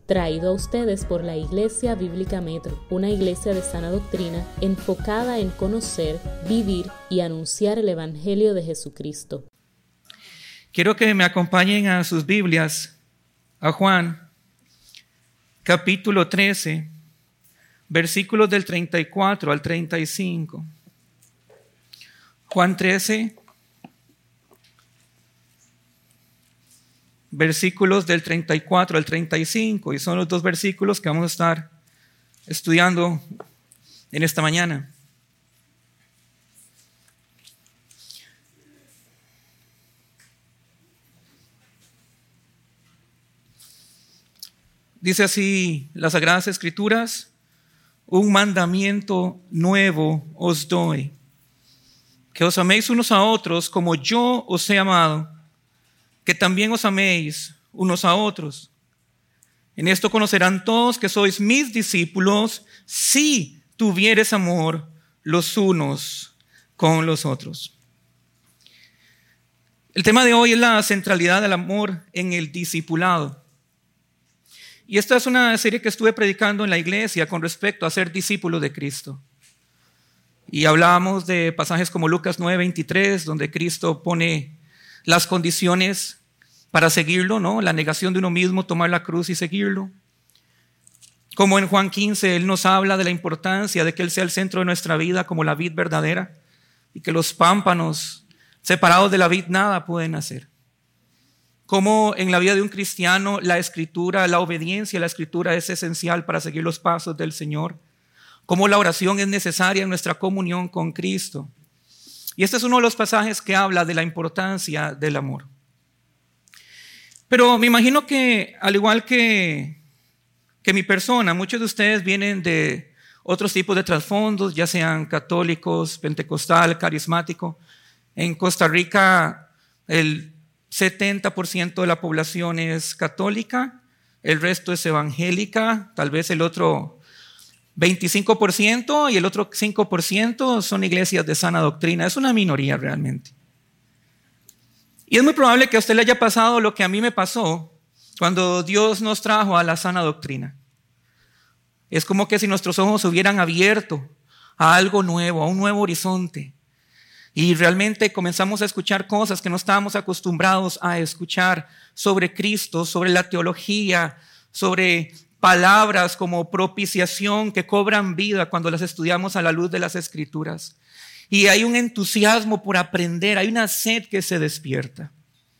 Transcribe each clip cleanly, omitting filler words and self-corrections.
traído a ustedes por la Iglesia Bíblica Metro, una iglesia de sana doctrina enfocada en conocer, vivir y anunciar el Evangelio de Jesucristo. Quiero que me acompañen a sus Biblias, a Juan, capítulo 13, versículos del 34 al 35. Juan 13, versículos del 34 al 35, y son los dos versículos que vamos a estar estudiando en esta mañana. Dice así las Sagradas Escrituras: un mandamiento nuevo os doy, que os améis unos a otros como yo os he amado, que también os améis unos a otros. En esto conocerán todos que sois mis discípulos, si tuviereis amor los unos con los otros. El tema de hoy es la centralidad del amor en el discipulado. Y esta es una serie que estuve predicando en la iglesia con respecto a ser discípulo de Cristo. Y hablábamos de pasajes como Lucas 9:23, donde Cristo pone las condiciones para seguirlo, ¿no? La negación de uno mismo, tomar la cruz y seguirlo. Como en Juan 15, Él nos habla de la importancia de que Él sea el centro de nuestra vida como la vid verdadera, y que los pámpanos separados de la vid nada pueden hacer. Como en la vida de un cristiano la escritura, la obediencia a la escritura es esencial para seguir los pasos del Señor. Como la oración es necesaria en nuestra comunión con Cristo. Y este es uno de los pasajes que habla de la importancia del amor. Pero me imagino que, al igual que mi persona, muchos de ustedes vienen de otros tipos de trasfondos, ya sean católicos, pentecostal, carismático. En Costa Rica, el 70% de la población es católica, el resto es evangélica, tal vez el otro 25% y el otro 5% son iglesias de sana doctrina. Es una minoría realmente. Y es muy probable que a usted le haya pasado lo que a mí me pasó cuando Dios nos trajo a la sana doctrina. Es como que si nuestros ojos se hubieran abierto a algo nuevo, a un nuevo horizonte. Y realmente comenzamos a escuchar cosas que no estábamos acostumbrados a escuchar sobre Cristo, sobre la teología, sobre palabras como propiciación que cobran vida cuando las estudiamos a la luz de las Escrituras. Y hay un entusiasmo por aprender, hay una sed que se despierta.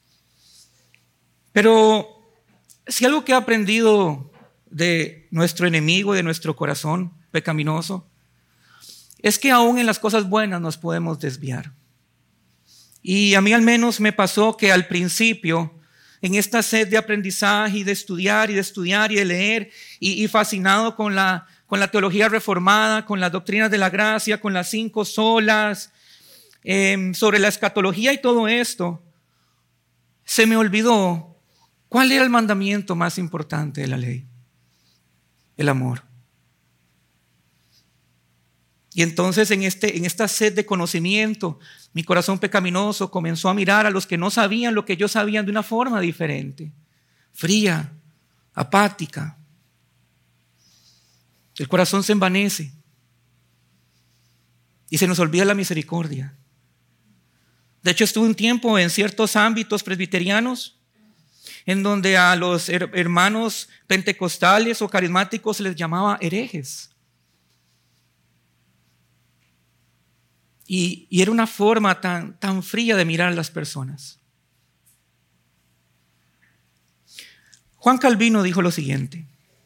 Pero si algo que he aprendido de nuestro enemigo, de nuestro corazón pecaminoso, es que aún en las cosas buenas nos podemos desviar. Y a mí al menos me pasó que al principio, en esta sed de aprendizaje y de estudiar y de leer, y fascinado con la teología reformada, con las doctrinas de la gracia, con las 5 solas, sobre la escatología y todo esto, se me olvidó cuál era el mandamiento más importante de la ley: el amor. Y entonces en esta sed de conocimiento, mi corazón pecaminoso comenzó a mirar a los que no sabían lo que yo sabía de una forma diferente, fría, apática. El corazón se envanece y se nos olvida la misericordia. De hecho, estuve un tiempo en ciertos ámbitos presbiterianos en donde a los hermanos pentecostales o carismáticos se les llamaba herejes. Y era una forma tan fría de mirar a las personas. Juan Calvino dijo lo siguiente: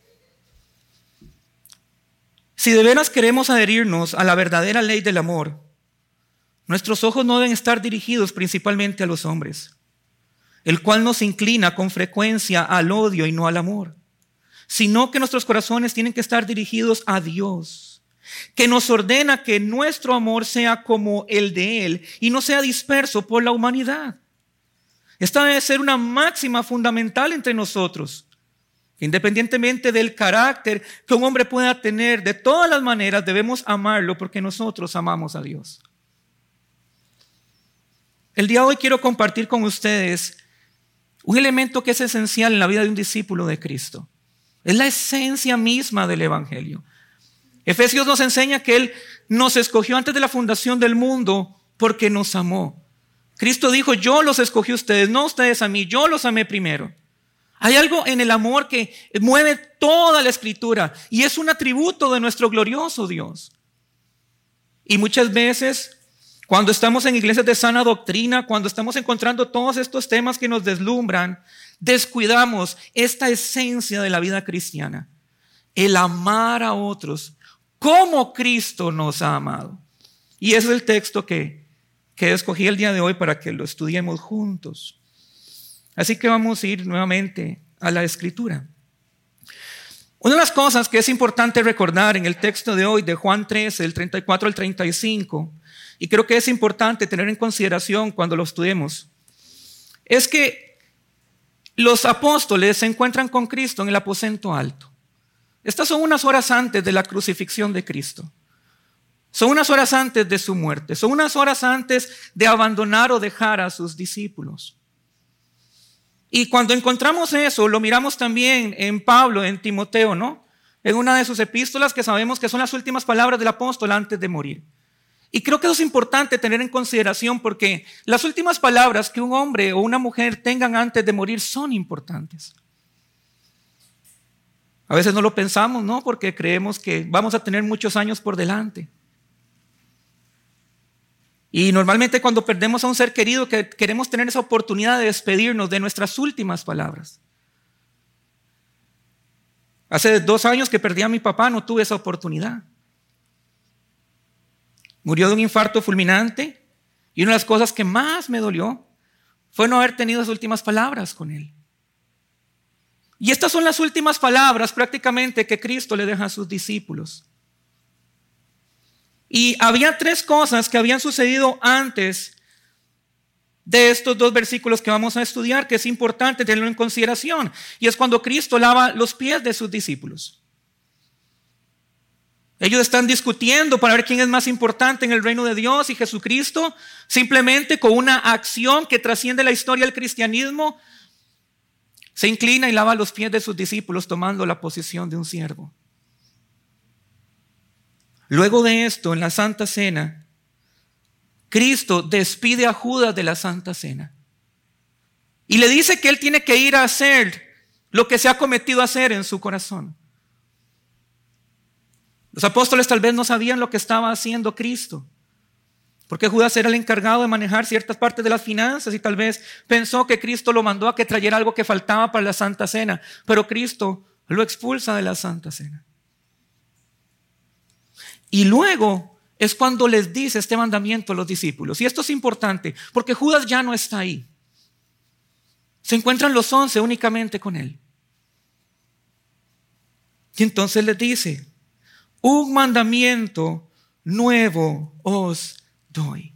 si de veras queremos adherirnos a la verdadera ley del amor, nuestros ojos no deben estar dirigidos principalmente a los hombres, el cual nos inclina con frecuencia al odio y no al amor, sino que nuestros corazones tienen que estar dirigidos a Dios, que nos ordena que nuestro amor sea como el de Él y no sea disperso por la humanidad. Esta debe ser una máxima fundamental entre nosotros. Independientemente del carácter que un hombre pueda tener, de todas las maneras debemos amarlo porque nosotros amamos a Dios. El día de hoy quiero compartir con ustedes un elemento que es esencial en la vida de un discípulo de Cristo. Es la esencia misma del Evangelio. Efesios nos enseña que Él nos escogió antes de la fundación del mundo porque nos amó. Cristo dijo, yo los escogí a ustedes, no ustedes a mí, yo los amé primero. Hay algo en el amor que mueve toda la Escritura y es un atributo de nuestro glorioso Dios. Y muchas veces, cuando estamos en iglesias de sana doctrina, cuando estamos encontrando todos estos temas que nos deslumbran, descuidamos esta esencia de la vida cristiana, el amar a otros como Cristo nos ha amado. Y ese es el texto que escogí el día de hoy para que lo estudiemos juntos. Así que vamos a ir nuevamente a la Escritura. Una de las cosas que es importante recordar en el texto de hoy de Juan 13, el 34 al 35, y creo que es importante tener en consideración cuando lo estudiemos, es que los apóstoles se encuentran con Cristo en el aposento alto. Estas son unas horas antes de la crucifixión de Cristo. Son unas horas antes de su muerte. Son unas horas antes de abandonar o dejar a sus discípulos. Y cuando encontramos eso, lo miramos también en Pablo, en Timoteo, ¿no? En una de sus epístolas que sabemos que son las últimas palabras del apóstol antes de morir. Y creo que eso es importante tener en consideración porque las últimas palabras que un hombre o una mujer tengan antes de morir son importantes. A veces no lo pensamos, ¿no? Porque creemos que vamos a tener muchos años por delante. Y normalmente cuando perdemos a un ser querido queremos tener esa oportunidad de despedirnos de nuestras últimas palabras. Hace 2 años que perdí a mi papá, no tuve esa oportunidad. Murió de un infarto fulminante y una de las cosas que más me dolió fue no haber tenido las últimas palabras con él. Y estas son las últimas palabras prácticamente que Cristo le deja a sus discípulos. Y había 3 cosas que habían sucedido antes de estos 2 versículos que vamos a estudiar, que es importante tenerlo en consideración. Y es cuando Cristo lava los pies de sus discípulos. Ellos están discutiendo para ver quién es más importante en el reino de Dios, y Jesucristo, simplemente con una acción que trasciende la historia del cristianismo, se inclina y lava los pies de sus discípulos tomando la posición de un siervo. Luego de esto, en la Santa Cena, Cristo despide a Judas de la Santa Cena y le dice que él tiene que ir a hacer lo que se ha cometido hacer en su corazón. Los apóstoles tal vez no sabían lo que estaba haciendo Cristo, porque Judas era el encargado de manejar ciertas partes de las finanzas y tal vez pensó que Cristo lo mandó a que trayera algo que faltaba para la Santa Cena, pero Cristo lo expulsa de la Santa Cena. Y luego es cuando les dice este mandamiento a los discípulos. Y esto es importante porque Judas ya no está ahí. Se encuentran los 11 únicamente con él. Y entonces les dice: un mandamiento nuevo os doy.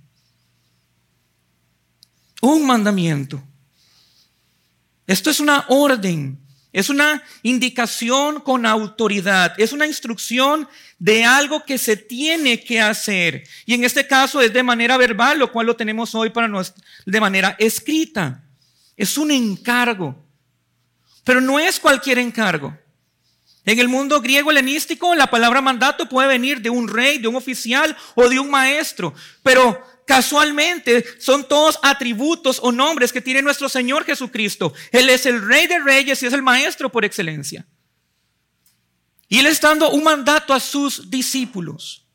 Un mandamiento. Esto es una orden. Es una indicación con autoridad, es una instrucción de algo que se tiene que hacer. Y en este caso es de manera verbal, lo cual lo tenemos hoy para nosotros de manera escrita. Es un encargo, pero no es cualquier encargo. En el mundo griego helenístico, la palabra mandato puede venir de un rey, de un oficial o de un maestro, pero casualmente son todos atributos o nombres que tiene nuestro Señor Jesucristo. Él es el Rey de Reyes y es el Maestro por excelencia. Y Él está dando un mandato a sus discípulos.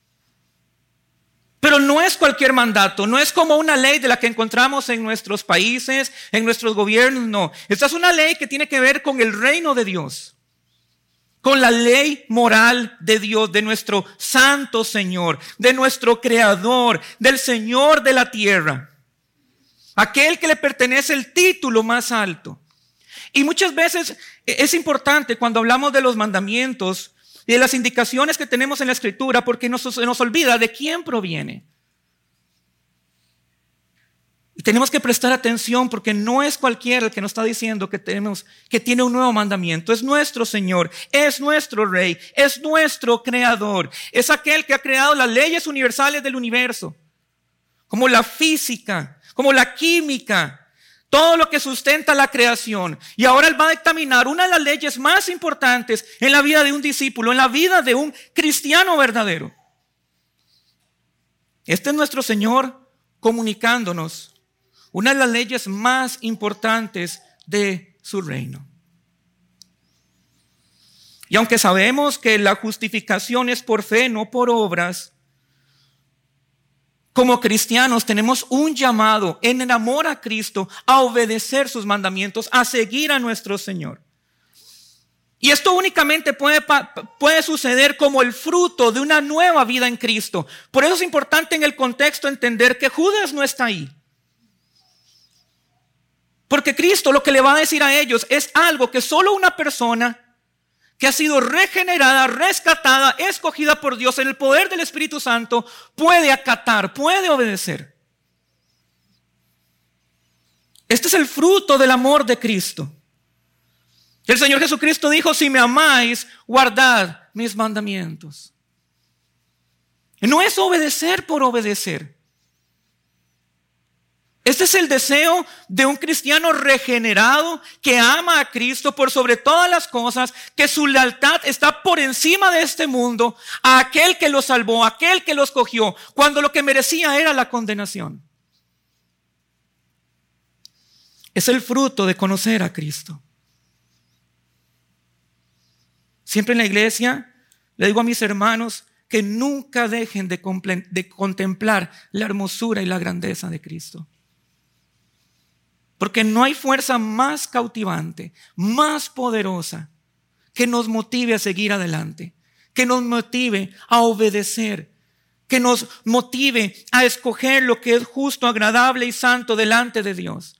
Pero no es cualquier mandato, no es como una ley de la que encontramos en nuestros países, en nuestros gobiernos, no. Esta es una ley que tiene que ver con el reino de Dios, con la ley moral de Dios, de nuestro santo Señor, de nuestro Creador, del Señor de la tierra, aquel que le pertenece el título más alto. Y muchas veces es importante cuando hablamos de los mandamientos y de las indicaciones que tenemos en la Escritura, porque se nos olvida de quién proviene. Y tenemos que prestar atención porque no es cualquiera el que nos está diciendo que tiene un nuevo mandamiento. Es nuestro Señor, es nuestro Rey, es nuestro Creador. Es aquel que ha creado las leyes universales del universo, como la física, como la química, todo lo que sustenta la creación. Y ahora Él va a dictaminar una de las leyes más importantes en la vida de un discípulo, en la vida de un cristiano verdadero. Este es nuestro Señor comunicándonos una de las leyes más importantes de su reino. Y aunque sabemos que la justificación es por fe, no por obras, como cristianos tenemos un llamado en el amor a Cristo a obedecer sus mandamientos, a seguir a nuestro Señor. Y esto únicamente puede suceder como el fruto de una nueva vida en Cristo. Por eso es importante en el contexto entender que Judas no está ahí. Porque Cristo lo que le va a decir a ellos es algo que solo una persona que ha sido regenerada, rescatada, escogida por Dios en el poder del Espíritu Santo puede acatar, puede obedecer. Este es el fruto del amor de Cristo. El Señor Jesucristo dijo: si me amáis, guardad mis mandamientos. No es obedecer por obedecer. Este es el deseo de un cristiano regenerado que ama a Cristo por sobre todas las cosas, que su lealtad está por encima de este mundo, a aquel que los salvó, a aquel que los escogió, cuando lo que merecía era la condenación. Es el fruto de conocer a Cristo. Siempre en la iglesia le digo a mis hermanos que nunca dejen de contemplar la hermosura y la grandeza de Cristo. Porque no hay fuerza más cautivante, más poderosa, que nos motive a seguir adelante, que nos motive a obedecer, que nos motive a escoger lo que es justo, agradable y santo delante de Dios.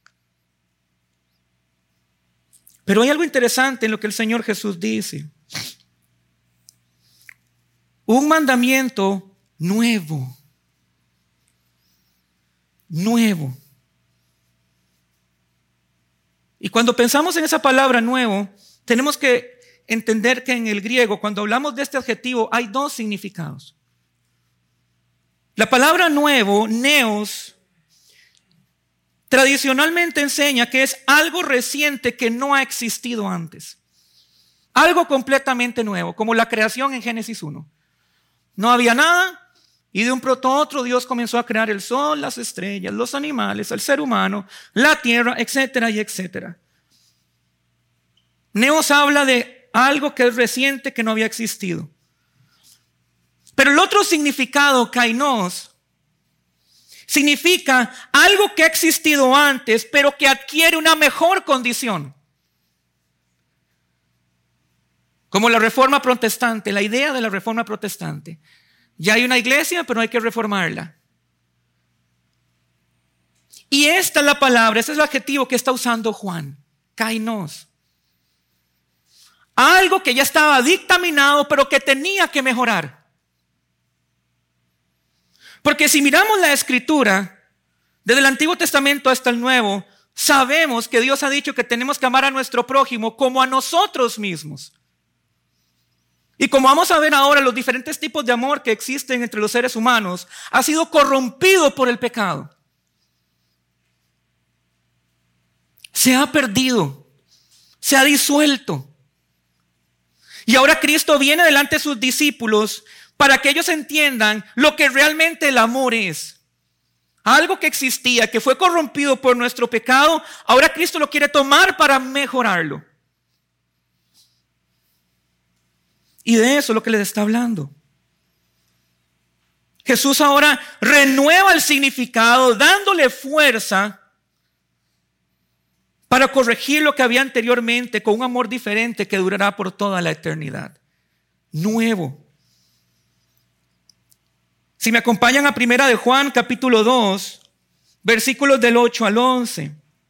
Pero hay algo interesante en lo que el Señor Jesús dice. Un mandamiento nuevo. Nuevo. Y cuando pensamos en esa palabra nuevo, tenemos que entender que en el griego, cuando hablamos de este adjetivo, hay dos significados. La palabra nuevo, neos, tradicionalmente enseña que es algo reciente que no ha existido antes. Algo completamente nuevo, como la creación en Génesis 1. No había nada y de un pronto a otro Dios comenzó a crear el sol, las estrellas, los animales, el ser humano, la tierra, etcétera y etcétera. Neos habla de algo que es reciente, que no había existido. Pero el otro significado, kainos, significa algo que ha existido antes, pero que adquiere una mejor condición. Como la reforma protestante, la idea de la reforma protestante. Ya hay una iglesia, pero hay que reformarla. Y esta es la palabra, ese es el adjetivo que está usando Juan, kainos. Algo que ya estaba dictaminado, pero que tenía que mejorar. Porque si miramos la Escritura, desde el Antiguo Testamento hasta el Nuevo, sabemos que Dios ha dicho que tenemos que amar a nuestro prójimo como a nosotros mismos. Y como vamos a ver ahora, los diferentes tipos de amor que existen entre los seres humanos ha sido corrompido por el pecado. Se ha perdido, se ha disuelto. Y ahora Cristo viene delante de sus discípulos para que ellos entiendan lo que realmente el amor es. Algo que existía, que fue corrompido por nuestro pecado, ahora Cristo lo quiere tomar para mejorarlo. Y de eso es lo que les está hablando. Jesús ahora renueva el significado, dándole fuerza para corregir lo que había anteriormente con un amor diferente que durará por toda la eternidad. Nuevo. Si me acompañan a 1 de Juan capítulo 2, versículos del 8 al 11.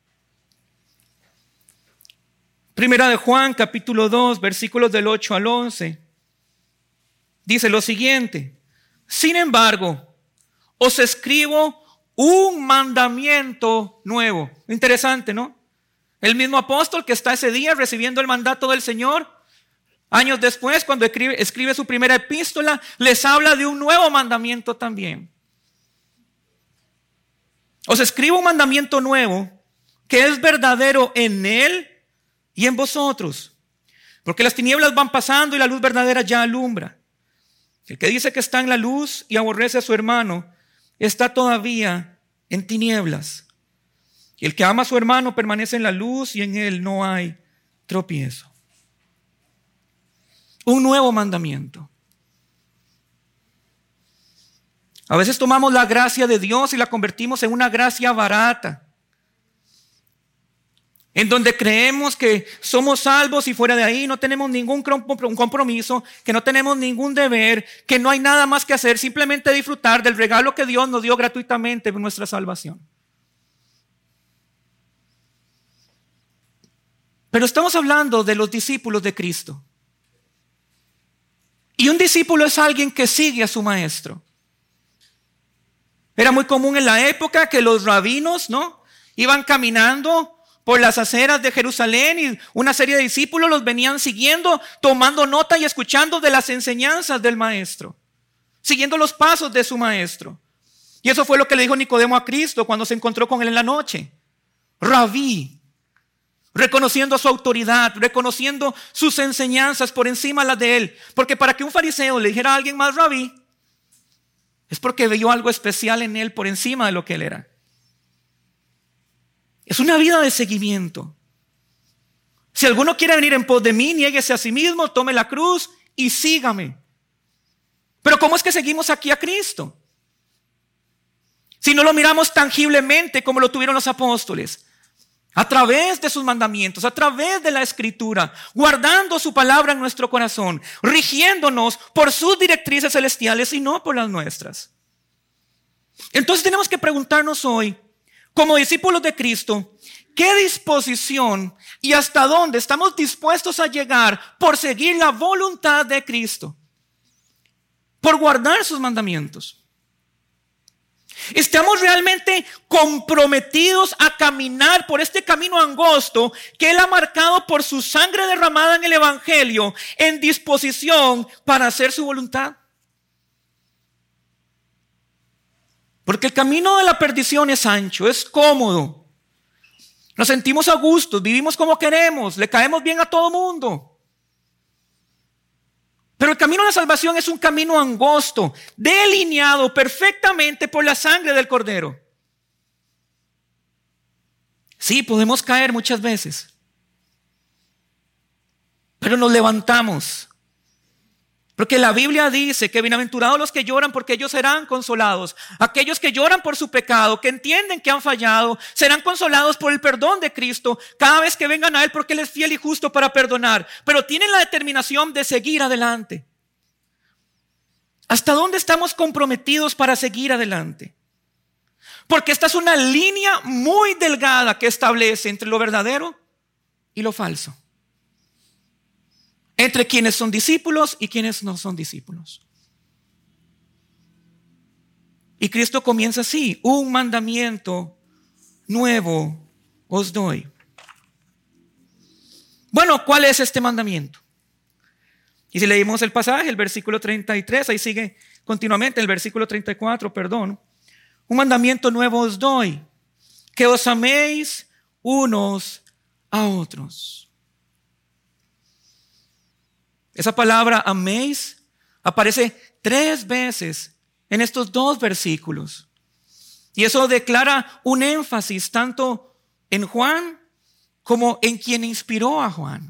1 de Juan capítulo 2, versículos del 8 al 11. Dice lo siguiente: sin embargo, os escribo un mandamiento nuevo. Interesante, ¿no? El mismo apóstol que está ese día recibiendo el mandato del Señor, años después, cuando escribe su primera epístola, les habla de un nuevo mandamiento también. Os escribo un mandamiento nuevo, que es verdadero en Él y en vosotros. Porque las tinieblas van pasando y la luz verdadera ya alumbra. El que dice que está en la luz y aborrece a su hermano, está todavía en tinieblas. Y el que ama a su hermano permanece en la luz y en él no hay tropiezo. Un nuevo mandamiento. A veces tomamos la gracia de Dios y la convertimos en una gracia barata, en donde creemos que somos salvos y fuera de ahí no tenemos ningún compromiso, que no tenemos ningún deber, que no hay nada más que hacer, simplemente disfrutar del regalo que Dios nos dio gratuitamente en nuestra salvación. Pero estamos hablando de los discípulos de Cristo. Y un discípulo es alguien que sigue a su maestro. Era muy común en la época que los rabinos, ¿no?, iban caminando por las aceras de Jerusalén y una serie de discípulos los venían siguiendo, tomando nota y escuchando de las enseñanzas del maestro, siguiendo los pasos de su maestro. Y eso fue lo que le dijo Nicodemo a Cristo cuando se encontró con él en la noche. Rabí, reconociendo su autoridad, reconociendo sus enseñanzas por encima de las de él. Porque para que un fariseo le dijera a alguien más rabí, es porque vio algo especial en él por encima de lo que él era. Es una vida de seguimiento. Si alguno quiere venir en pos de mí, niéguese a sí mismo, tome la cruz y sígame. Pero ¿cómo es que seguimos aquí a Cristo? Si no lo miramos tangiblemente como lo tuvieron los apóstoles, a través de sus mandamientos, a través de la Escritura, guardando su palabra en nuestro corazón, rigiéndonos por sus directrices celestiales y no por las nuestras. Entonces tenemos que preguntarnos hoy, como discípulos de Cristo, ¿qué disposición y hasta dónde estamos dispuestos a llegar por seguir la voluntad de Cristo? Por guardar sus mandamientos. ¿Estamos realmente comprometidos a caminar por este camino angosto que Él ha marcado por su sangre derramada en el Evangelio, en disposición para hacer su voluntad? Porque el camino de la perdición es ancho, es cómodo. Nos sentimos a gusto, vivimos como queremos, le caemos bien a todo mundo. Pero el camino a la salvación es un camino angosto, delineado perfectamente por la sangre del Cordero. Sí, podemos caer muchas veces, pero nos levantamos. Porque la Biblia dice que bienaventurados los que lloran porque ellos serán consolados. Aquellos que lloran por su pecado, que entienden que han fallado, serán consolados por el perdón de Cristo cada vez que vengan a Él, porque Él es fiel y justo para perdonar. Pero tienen la determinación de seguir adelante. ¿Hasta dónde estamos comprometidos para seguir adelante? Porque esta es una línea muy delgada que establece entre lo verdadero y lo falso. Entre quienes son discípulos y quienes no son discípulos. Y Cristo comienza así: un mandamiento nuevo os doy. Bueno, ¿cuál es este mandamiento? Y si leímos el pasaje, el versículo 33, ahí sigue continuamente el versículo 34, perdón. Un mandamiento nuevo os doy, que os améis unos a otros. Esa palabra améis aparece 3 veces en estos 2 versículos. Y eso declara un énfasis tanto en Juan como en quien inspiró a Juan.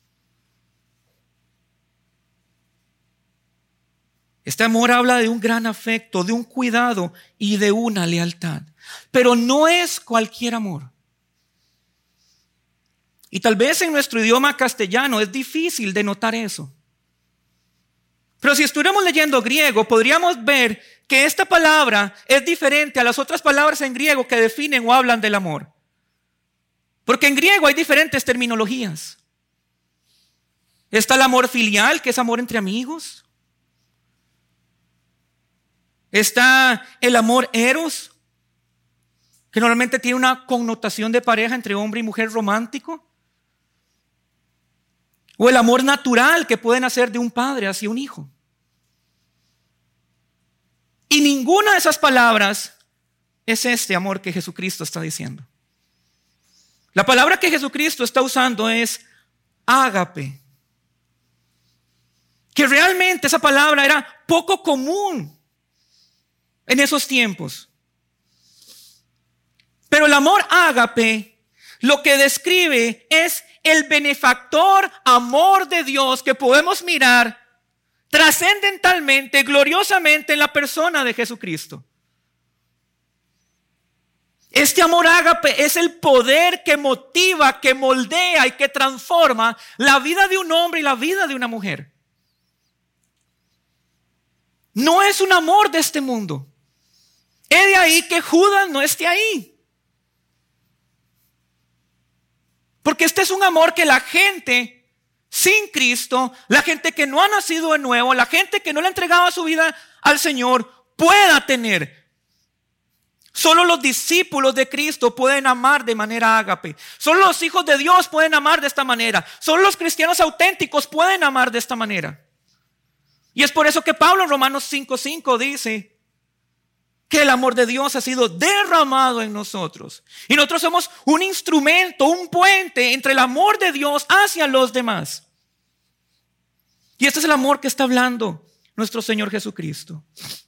Este amor habla de un gran afecto, de un cuidado y de una lealtad. Pero no es cualquier amor. Y tal vez en nuestro idioma castellano es difícil de notar eso. Pero si estuviéramos leyendo griego, podríamos ver que esta palabra es diferente a las otras palabras en griego que definen o hablan del amor. Porque en griego hay diferentes terminologías. Está el amor filial, que es amor entre amigos. Está el amor eros, que normalmente tiene una connotación de pareja entre hombre y mujer romántico. O el amor natural que pueden hacer de un padre hacia un hijo. Y ninguna de esas palabras es este amor que Jesucristo está diciendo. La palabra que Jesucristo está usando es ágape, que realmente esa palabra era poco común en esos tiempos. Pero el amor ágape lo que describe es el benefactor amor de Dios que podemos mirar trascendentalmente, gloriosamente en la persona de Jesucristo. Este amor ágape es el poder que motiva, que moldea y que transforma la vida de un hombre y la vida de una mujer. No es un amor de este mundo. Es de ahí que Judas no esté ahí. Porque este es un amor que la gente sin Cristo, la gente que no ha nacido de nuevo, la gente que no le ha entregado su vida al Señor, pueda tener. Solo los discípulos de Cristo pueden amar de manera ágape. Solo los hijos de Dios pueden amar de esta manera. Solo los cristianos auténticos pueden amar de esta manera. Y es por eso que Pablo en Romanos 5:5 dice que el amor de Dios ha sido derramado en nosotros. Y nosotros somos un instrumento, un puente entre el amor de Dios hacia los demás. Y este es el amor que está hablando nuestro Señor Jesucristo.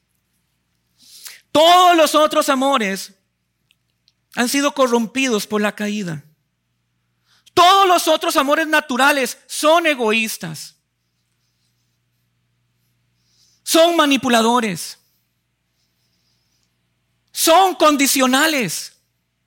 Todos los otros amores han sido corrompidos por la caída. Todos los otros amores naturales son egoístas. Son manipuladores. Son condicionales.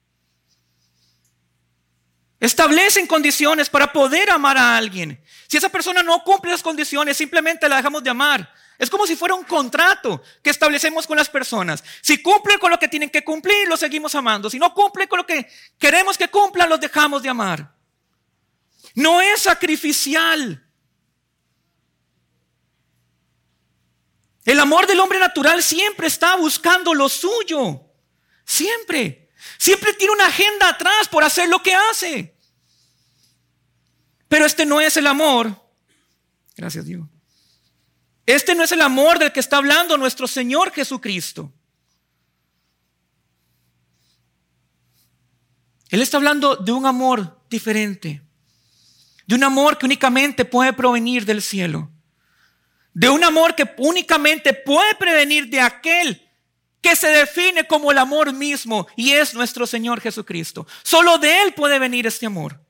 Establecen condiciones para poder amar a alguien. Si esa persona no cumple esas condiciones, simplemente la dejamos de amar. Es como si fuera un contrato que establecemos con las personas. Si cumplen con lo que tienen que cumplir, los seguimos amando. Si no cumplen con lo que queremos que cumplan, los dejamos de amar. No es sacrificial. El amor del hombre natural siempre está buscando lo suyo. Siempre. Siempre tiene una agenda atrás por hacer lo que hace. Pero este no es el amor. Gracias, Dios. Este no es el amor del que está hablando nuestro Señor Jesucristo. Él está hablando de un amor diferente. De un amor que únicamente puede provenir del cielo. De un amor que únicamente puede provenir de aquel que se define como el amor mismo y es nuestro Señor Jesucristo. Solo de Él puede venir este amor.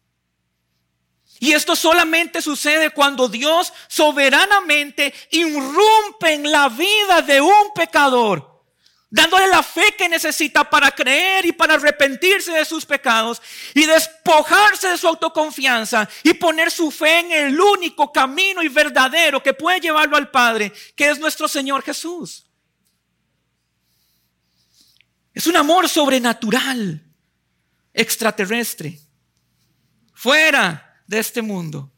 Y esto solamente sucede cuando Dios soberanamente irrumpe en la vida de un pecador, dándole la fe que necesita para creer y para arrepentirse de sus pecados y despojarse de su autoconfianza y poner su fe en el único camino y verdadero que puede llevarlo al Padre, que es nuestro Señor Jesús. Es un amor sobrenatural, extraterrestre, fuera de este mundo.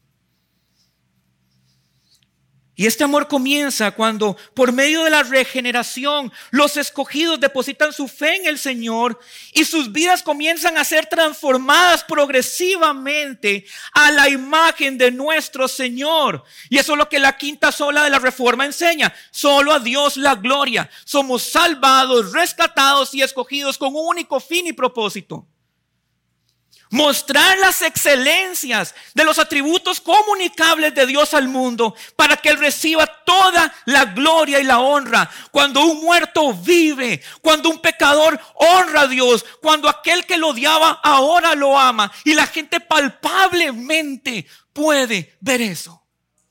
Y este amor comienza cuando por medio de la regeneración los escogidos depositan su fe en el Señor y sus vidas comienzan a ser transformadas progresivamente a la imagen de nuestro Señor. Y eso es lo que la quinta sola de la Reforma enseña. Solo a Dios la gloria. Somos salvados, rescatados y escogidos con un único fin y propósito: mostrar las excelencias de los atributos comunicables de Dios al mundo para que Él reciba toda la gloria y la honra. Cuando un muerto vive, cuando un pecador honra a Dios, cuando aquel que lo odiaba ahora lo ama y la gente palpablemente puede ver eso.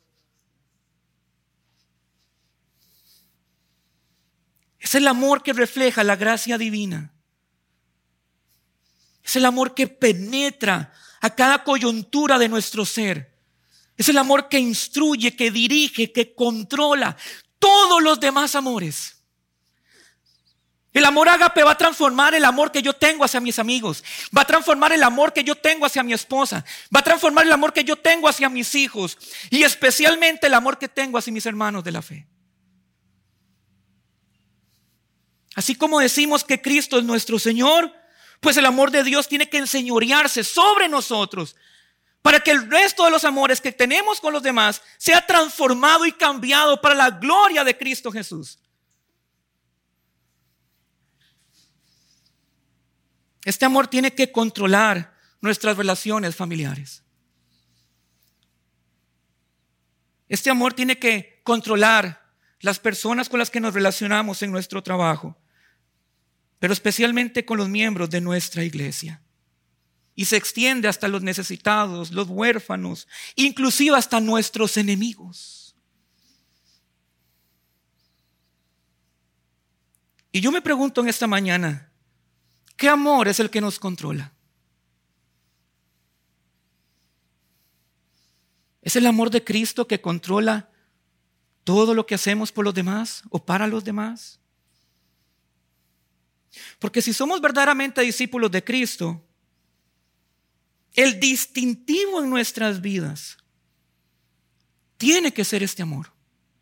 Es el amor que refleja la gracia divina. Es el amor que penetra a cada coyuntura de nuestro ser. Es el amor que instruye, que dirige, que controla todos los demás amores. El amor ágape va a transformar el amor que yo tengo hacia mis amigos. Va a transformar el amor que yo tengo hacia mi esposa. Va a transformar el amor que yo tengo hacia mis hijos. Y especialmente el amor que tengo hacia mis hermanos de la fe. Así como decimos que Cristo es nuestro Señor, pues el amor de Dios tiene que enseñorearse sobre nosotros para que el resto de los amores que tenemos con los demás sea transformado y cambiado para la gloria de Cristo Jesús. Este amor tiene que controlar nuestras relaciones familiares. Este amor tiene que controlar las personas con las que nos relacionamos en nuestro trabajo, pero especialmente con los miembros de nuestra iglesia. Y se extiende hasta los necesitados, los huérfanos, inclusive hasta nuestros enemigos. Y yo me pregunto en esta mañana, ¿qué amor es el que nos controla? ¿Es el amor de Cristo que controla todo lo que hacemos por los demás o para los demás? Porque si somos verdaderamente discípulos de Cristo, el distintivo en nuestras vidas tiene que ser este amor.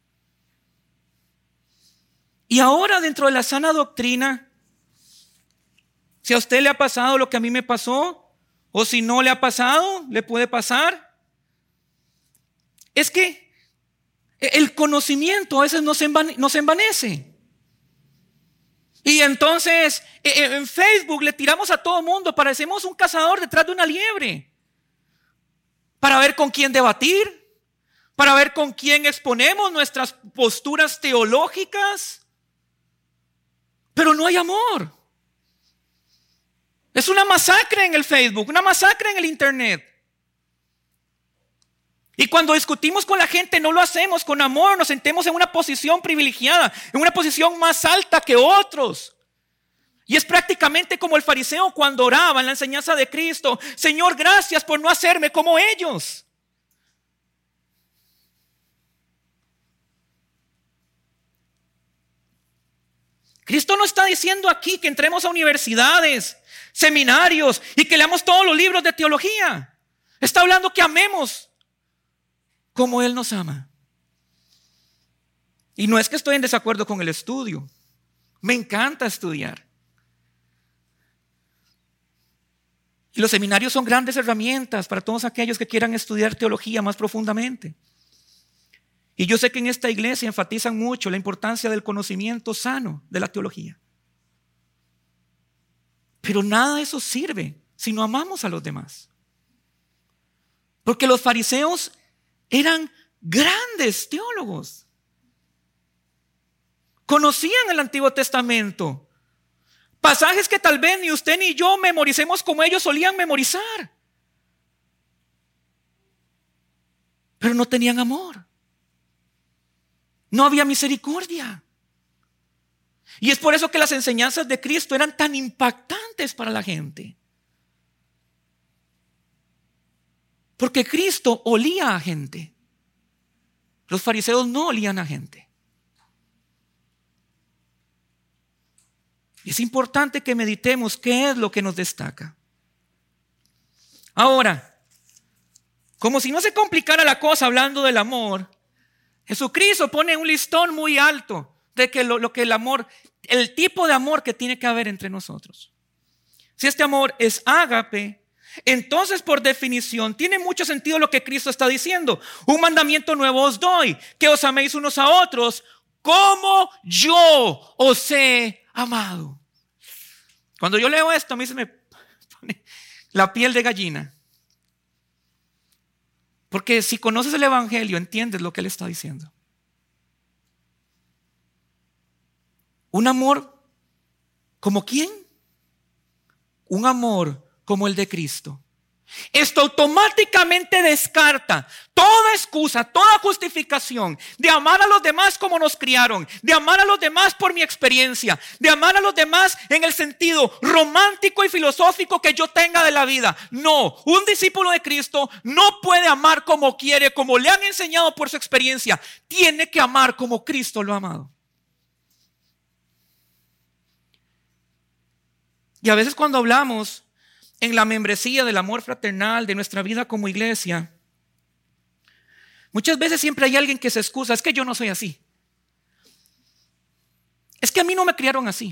Y ahora, dentro de la sana doctrina, si a usted le ha pasado lo que a mí me pasó, o si no le ha pasado, le puede pasar, es que el conocimiento a veces nos envanece. Y entonces en Facebook le tiramos a todo mundo, parecemos un cazador detrás de una liebre, para ver con quién debatir, para ver con quién exponemos nuestras posturas teológicas. Pero no hay amor. Es una masacre en el Facebook, una masacre en el internet. Y cuando discutimos con la gente no lo hacemos con amor, nos sentemos en una posición privilegiada, en una posición más alta que otros. Y es prácticamente como el fariseo cuando oraba en la enseñanza de Cristo: Señor, gracias por no hacerme como ellos. Cristo no está diciendo aquí que entremos a universidades, seminarios y que leamos todos los libros de teología. Está hablando que amemos como Él nos ama. Y no es que estoy en desacuerdo con el estudio. Me encanta estudiar. Y los seminarios son grandes herramientas para todos aquellos que quieran estudiar teología más profundamente. Y yo sé que en esta iglesia enfatizan mucho la importancia del conocimiento sano de la teología. Pero nada de eso sirve si no amamos a los demás. Porque los fariseos eran grandes teólogos. Conocían el Antiguo Testamento. Pasajes que tal vez ni usted ni yo memoricemos como ellos solían memorizar. Pero no tenían amor. No había misericordia. Y es por eso que las enseñanzas de Cristo eran tan impactantes para la gente. Porque Cristo olía a gente. Los fariseos no olían a gente. Es importante que meditemos qué es lo que nos destaca. Ahora, como si no se complicara la cosa hablando del amor, Jesucristo pone un listón muy alto de que lo que el amor, el tipo de amor que tiene que haber entre nosotros. Si este amor es ágape, entonces por definición tiene mucho sentido lo que Cristo está diciendo. Un mandamiento nuevo os doy, que os améis unos a otros como yo os he amado. Cuando yo leo esto, a mí se me pone la piel de gallina. Porque si conoces el Evangelio, entiendes lo que Él está diciendo. Un amor ¿como quién? Un amor como el de Cristo. Esto automáticamente descarta toda excusa, toda justificación de amar a los demás como nos criaron, de amar a los demás por mi experiencia, de amar a los demás en el sentido romántico y filosófico que yo tenga de la vida. No, un discípulo de Cristo no puede amar como quiere, como le han enseñado por su experiencia. Tiene que amar como Cristo lo ha amado. Y a veces cuando hablamos en la membresía del amor fraternal, de nuestra vida como iglesia, muchas veces siempre hay alguien que se excusa: es que yo no soy así. Es que a mí no me criaron así.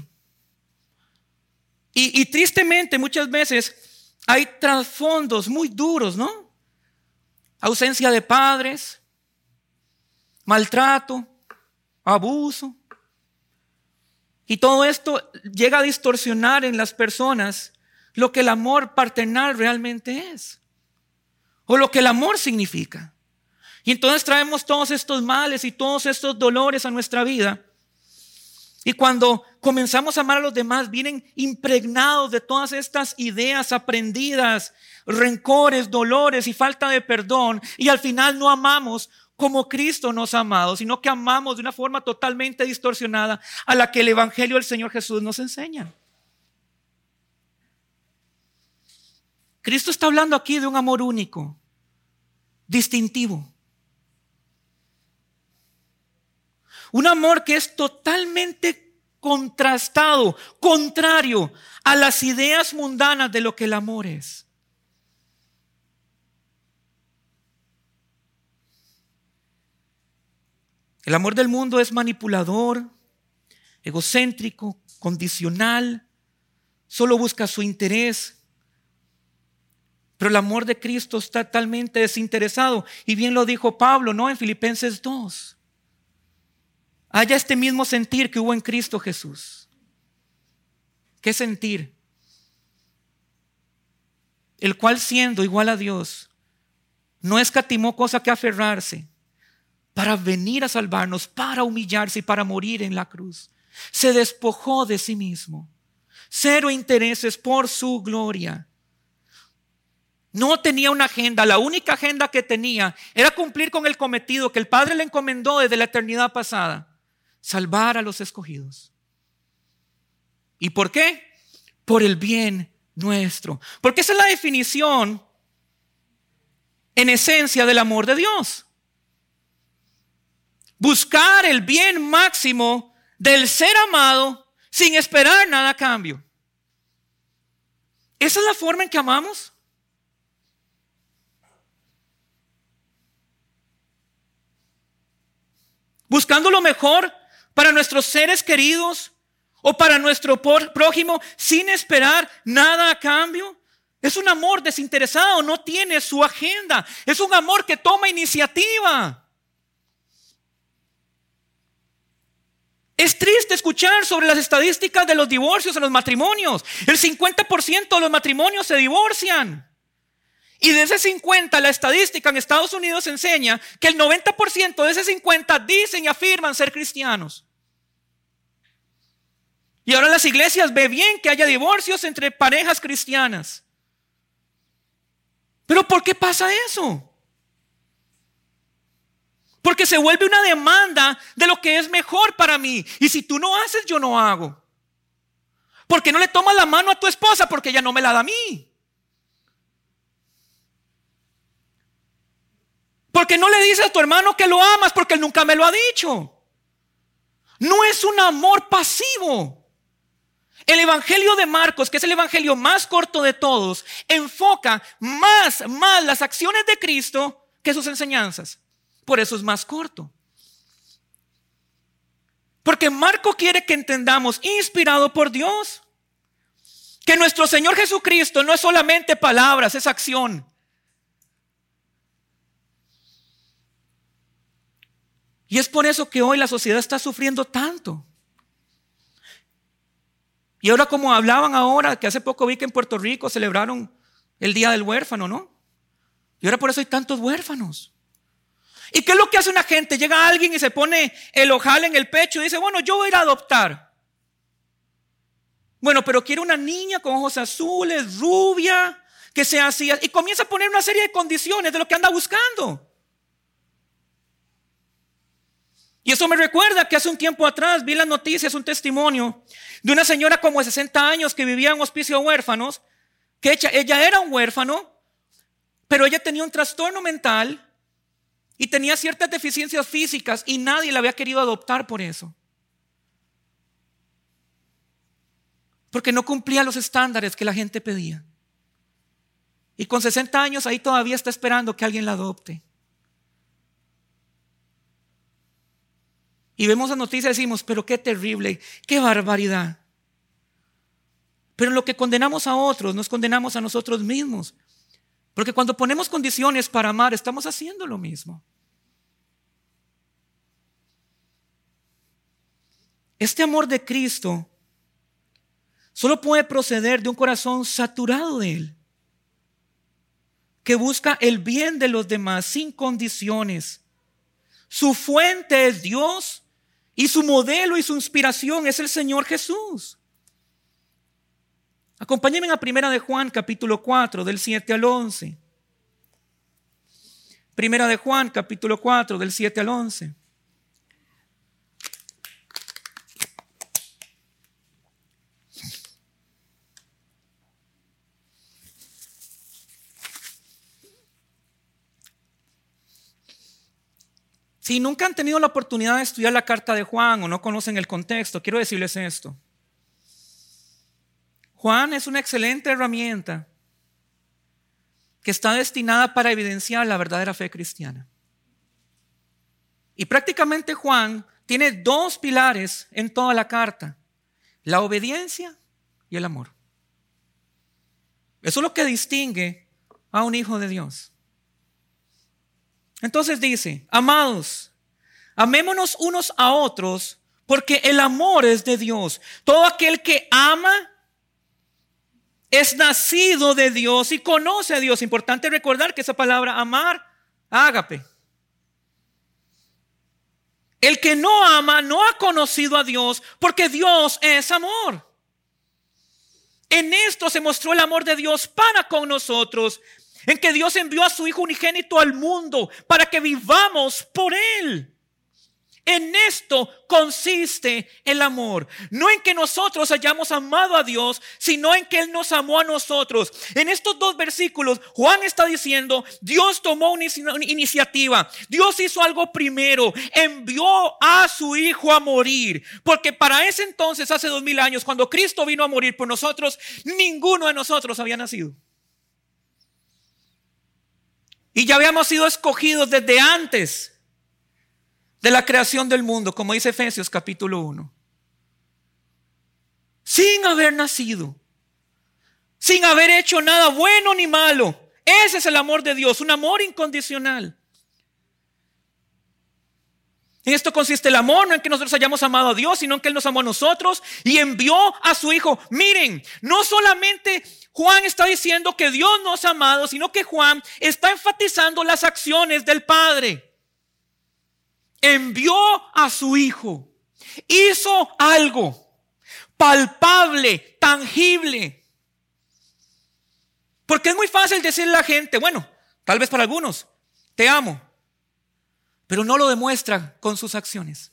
Y tristemente muchas veces hay trasfondos muy duros, ¿no? Ausencia de padres, maltrato, abuso. Y todo esto llega a distorsionar en las personas lo que el amor paternal realmente es, o lo que el amor significa. Y entonces traemos todos estos males y todos estos dolores a nuestra vida. Y cuando comenzamos a amar a los demás, vienen impregnados de todas estas ideas aprendidas, rencores, dolores y falta de perdón. Y al final no amamos como Cristo nos ha amado, sino que amamos de una forma totalmente distorsionada a la que el Evangelio del Señor Jesús nos enseña. Cristo está hablando aquí de un amor único, distintivo. Un amor que es totalmente contrastado, contrario a las ideas mundanas de lo que el amor es. El amor del mundo es manipulador, egocéntrico, condicional, solo busca su interés. Pero el amor de Cristo está totalmente desinteresado. Y bien lo dijo Pablo, ¿no? En Filipenses 2. Haya este mismo sentir que hubo en Cristo Jesús. ¿Qué sentir? El cual, siendo igual a Dios, no escatimó cosa que aferrarse para venir a salvarnos, para humillarse y para morir en la cruz. Se despojó de sí mismo. Cero intereses por su gloria. No tenía una agenda. La única agenda que tenía era cumplir con el cometido que el Padre le encomendó desde la eternidad pasada: salvar a los escogidos. ¿Y por qué? Por el bien nuestro. Porque esa es la definición en esencia del amor de Dios. Buscar el bien máximo del ser amado sin esperar nada a cambio. ¿Esa es la forma en que amamos? Buscando lo mejor para nuestros seres queridos o para nuestro prójimo sin esperar nada a cambio. Es un amor desinteresado, no tiene su agenda. Es un amor que toma iniciativa. Es triste escuchar sobre las estadísticas de los divorcios en los matrimonios. El 50% de los matrimonios se divorcian. Y de ese 50, la estadística en Estados Unidos enseña que el 90% de ese 50 dicen y afirman ser cristianos. Y ahora las iglesias ven bien que haya divorcios entre parejas cristianas. ¿Pero por qué pasa eso? Porque se vuelve una demanda de lo que es mejor para mí. Y si tú no haces, yo no hago. ¿Por qué no le tomas la mano a tu esposa? Porque ella no me la da a mí. ¿Por qué no le dices a tu hermano que lo amas? Porque él nunca me lo ha dicho. No es un amor pasivo. El evangelio de Marcos, que es el evangelio más corto de todos, enfoca más las acciones de Cristo que sus enseñanzas. Por eso es más corto. Porque Marco quiere que entendamos, inspirado por Dios, que nuestro Señor Jesucristo no es solamente palabras, es acción. Y es por eso que hoy la sociedad está sufriendo tanto. Y ahora, como hablaban ahora, que hace poco vi que en Puerto Rico celebraron el Día del Huérfano, ¿no? Y ahora por eso hay tantos huérfanos. ¿Y qué es lo que hace una gente? Llega alguien y se pone el ojal en el pecho y dice, bueno, yo voy a ir a adoptar. Bueno, pero quiero una niña con ojos azules, rubia, que sea así. Y comienza a poner una serie de condiciones de lo que anda buscando. Y eso me recuerda que hace un tiempo atrás vi en las noticias un testimonio de una señora como de 60 años que vivía en un hospicio de huérfanos, que ella era un huérfano, pero ella tenía un trastorno mental y tenía ciertas deficiencias físicas y nadie la había querido adoptar por eso. Porque no cumplía los estándares que la gente pedía. Y con 60 años ahí todavía está esperando que alguien la adopte. Y vemos las noticias y decimos, pero qué terrible, qué barbaridad. Pero en lo que condenamos a otros, nos condenamos a nosotros mismos. Porque cuando ponemos condiciones para amar, estamos haciendo lo mismo. Este amor de Cristo solo puede proceder de un corazón saturado de Él, que busca el bien de los demás sin condiciones. Su fuente es Dios y su modelo y su inspiración es el Señor Jesús. Acompáñenme a 1 de Juan capítulo 4 del 7 al 11. 1 de Juan capítulo 4 del 7 al 11. Si nunca han tenido la oportunidad de estudiar la carta de Juan o no conocen el contexto, quiero decirles esto. Juan es una excelente herramienta que está destinada para evidenciar la verdadera fe cristiana. Y prácticamente Juan tiene dos pilares en toda la carta: la obediencia y el amor. Eso es lo que distingue a un hijo de Dios. Entonces dice: amados, amémonos unos a otros, porque el amor es de Dios. Todo aquel que ama es nacido de Dios y conoce a Dios. Importante recordar que esa palabra amar, ágape. El que no ama no ha conocido a Dios, porque Dios es amor. En esto se mostró el amor de Dios para con nosotros, en que Dios envió a su Hijo unigénito al mundo para que vivamos por Él. En esto consiste el amor. No en que nosotros hayamos amado a Dios, sino en que Él nos amó a nosotros. En estos dos versículos, Juan está diciendo: Dios tomó una iniciativa. Dios hizo algo primero. Envió a su Hijo a morir. Porque para ese entonces, hace 2000 años, cuando Cristo vino a morir por nosotros, ninguno de nosotros había nacido. Y ya habíamos sido escogidos desde antes de la creación del mundo, como dice Efesios capítulo 1. Sin haber nacido, sin haber hecho nada bueno ni malo. Ese es el amor de Dios, un amor incondicional. En esto consiste el amor, no en que nosotros hayamos amado a Dios, sino en que Él nos amó a nosotros y envió a su Hijo. Miren, no solamente Juan está diciendo que Dios nos ha amado, sino que Juan está enfatizando las acciones del Padre. Envió a su Hijo, hizo algo palpable, tangible. Porque es muy fácil decirle a la gente, bueno, tal vez para algunos, te amo, pero no lo demuestra con sus acciones.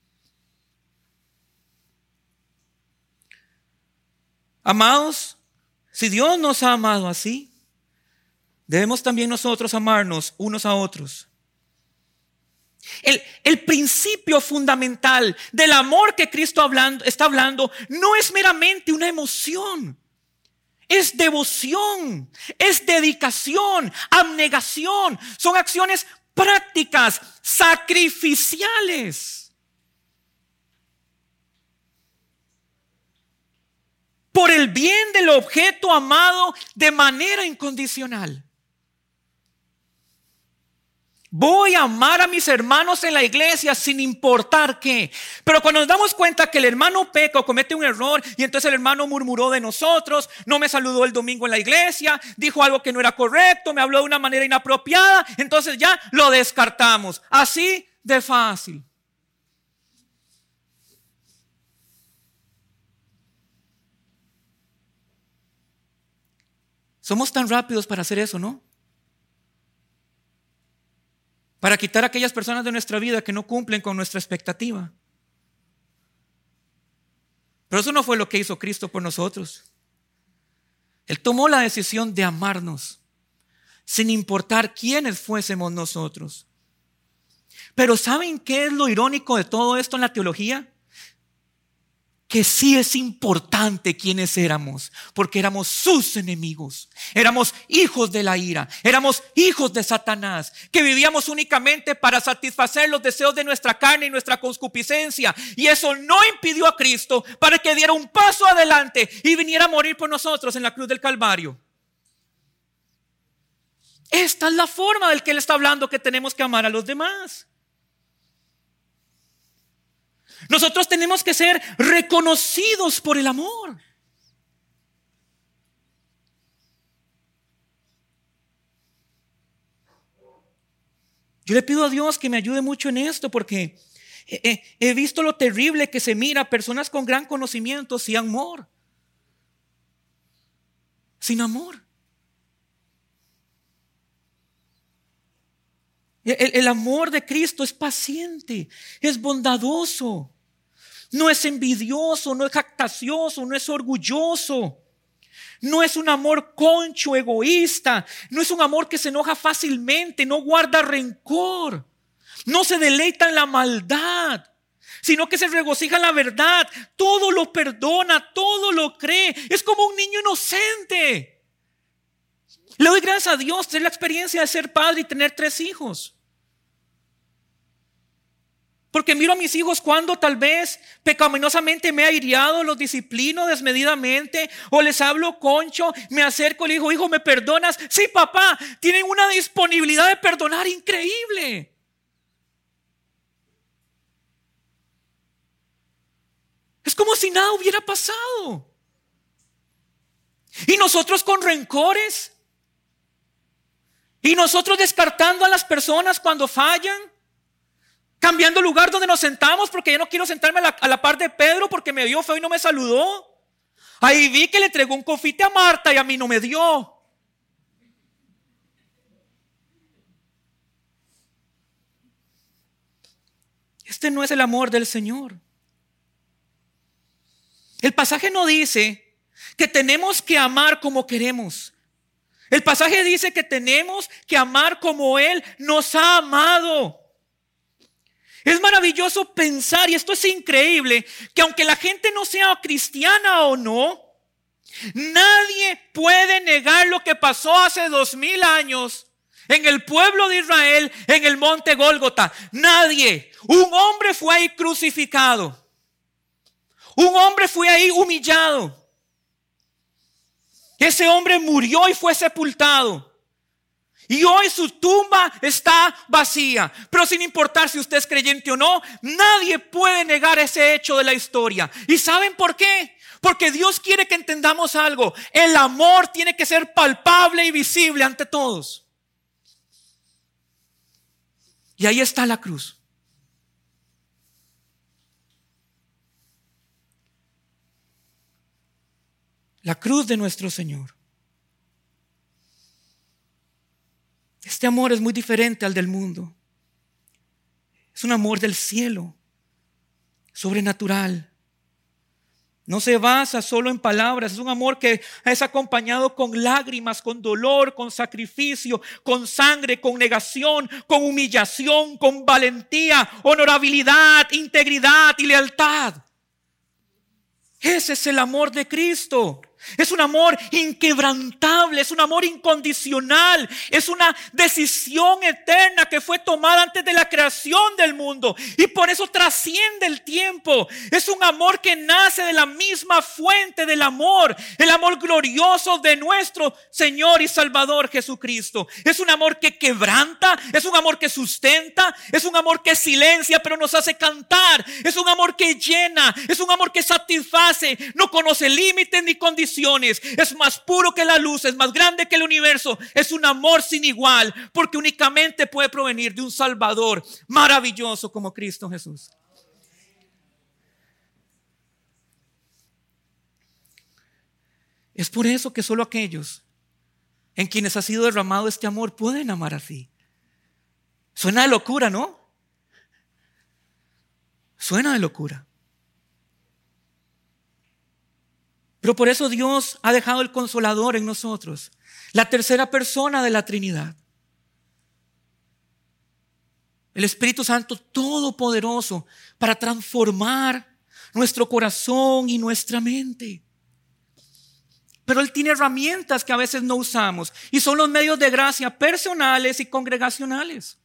Amados, si Dios nos ha amado así, debemos también nosotros amarnos unos a otros. El principio fundamental del amor que Cristo está hablando no es meramente una emoción. Es devoción, es dedicación, abnegación. Son acciones prácticas, sacrificiales. Por el bien del objeto amado de manera incondicional. Voy a amar a mis hermanos en la iglesia sin importar qué. Pero cuando nos damos cuenta que el hermano peca o comete un error y entonces el hermano murmuró de nosotros, no me saludó el domingo en la iglesia, dijo algo que no era correcto, me habló de una manera inapropiada, entonces ya lo descartamos. Así de fácil. Somos tan rápidos para hacer eso, ¿no? Para quitar a aquellas personas de nuestra vida que no cumplen con nuestra expectativa. Pero eso no fue lo que hizo Cristo por nosotros. Él tomó la decisión de amarnos, sin importar quiénes fuésemos nosotros. Pero ¿saben qué es lo irónico de todo esto en la teología? Que sí es importante quiénes éramos, porque éramos sus enemigos, éramos hijos de la ira, éramos hijos de Satanás, que vivíamos únicamente para satisfacer los deseos de nuestra carne y nuestra concupiscencia, y eso no impidió a Cristo para que diera un paso adelante y viniera a morir por nosotros en la cruz del Calvario. Esta es la forma del que Él está hablando, que tenemos que amar a los demás. Nosotros tenemos que ser reconocidos por el amor. Yo le pido a Dios que me ayude mucho en esto porque he visto lo terrible que se mira a personas con gran conocimiento sin amor. Sin amor. El amor de Cristo es paciente, es bondadoso, no es envidioso, no es jactancioso, no es orgulloso. No es un amor concho, egoísta. No es un amor que se enoja fácilmente, no guarda rencor. No se deleita en la maldad, sino que se regocija en la verdad. Todo lo perdona, todo lo cree. Es como un niño inocente. Le doy gracias a Dios tener la experiencia de ser padre y tener 3 hijos. Porque miro a mis hijos cuando tal vez pecaminosamente me he airiado, los disciplino desmedidamente o les hablo concho, me acerco y le digo, hijo, ¿me perdonas? Sí, papá. Tienen una disponibilidad de perdonar increíble. Es como si nada hubiera pasado. Y nosotros con rencores. Y nosotros descartando a las personas cuando fallan. Cambiando el lugar donde nos sentamos porque yo no quiero sentarme a la par de Pedro porque me vio feo y no me saludó. Ahí vi que le entregó un confite a Marta y a mí no me dio. Este no es el amor del Señor. El pasaje no dice que tenemos que amar como queremos. El pasaje dice que tenemos que amar como Él nos ha amado. Es maravilloso pensar, y esto es increíble, que aunque la gente no sea cristiana o no, nadie puede negar lo que pasó hace 2000 años en el pueblo de Israel, en el monte Gólgota. Nadie. Un hombre fue ahí crucificado. Un hombre fue ahí humillado. Ese hombre murió y fue sepultado. Y hoy su tumba está vacía. Pero sin importar si usted es creyente o no, nadie puede negar ese hecho de la historia. ¿Y saben por qué? Porque Dios quiere que entendamos algo. El amor tiene que ser palpable y visible ante todos. Y ahí está la cruz. La cruz de nuestro Señor. Este amor es muy diferente al del mundo. Es un amor del cielo, sobrenatural. No se basa solo en palabras. Es un amor que es acompañado con lágrimas, con dolor, con sacrificio, con sangre, con negación, con humillación, con valentía, honorabilidad, integridad y lealtad. Ese es el amor de Cristo. Es un amor inquebrantable, es un amor incondicional, es una decisión eterna que fue tomada antes de la creación del mundo y por eso trasciende el tiempo. Es un amor que nace de la misma fuente del amor, el amor glorioso de nuestro Señor y Salvador Jesucristo. Es un amor que quebranta, es un amor que sustenta, es un amor que silencia pero nos hace cantar, es un amor que llena, es un amor que satisface, no conoce límites ni condiciones. Es más puro que la luz, es más grande que el universo. Es un amor sin igual, porque únicamente puede provenir de un Salvador maravilloso como Cristo Jesús. Es por eso que solo aquellos en quienes ha sido derramado este amor pueden amar así. Suena de locura, ¿no? Suena de locura. Pero por eso Dios ha dejado el Consolador en nosotros, la tercera persona de la Trinidad. El Espíritu Santo todopoderoso para transformar nuestro corazón y nuestra mente. Pero Él tiene herramientas que a veces no usamos y son los medios de gracia personales y congregacionales.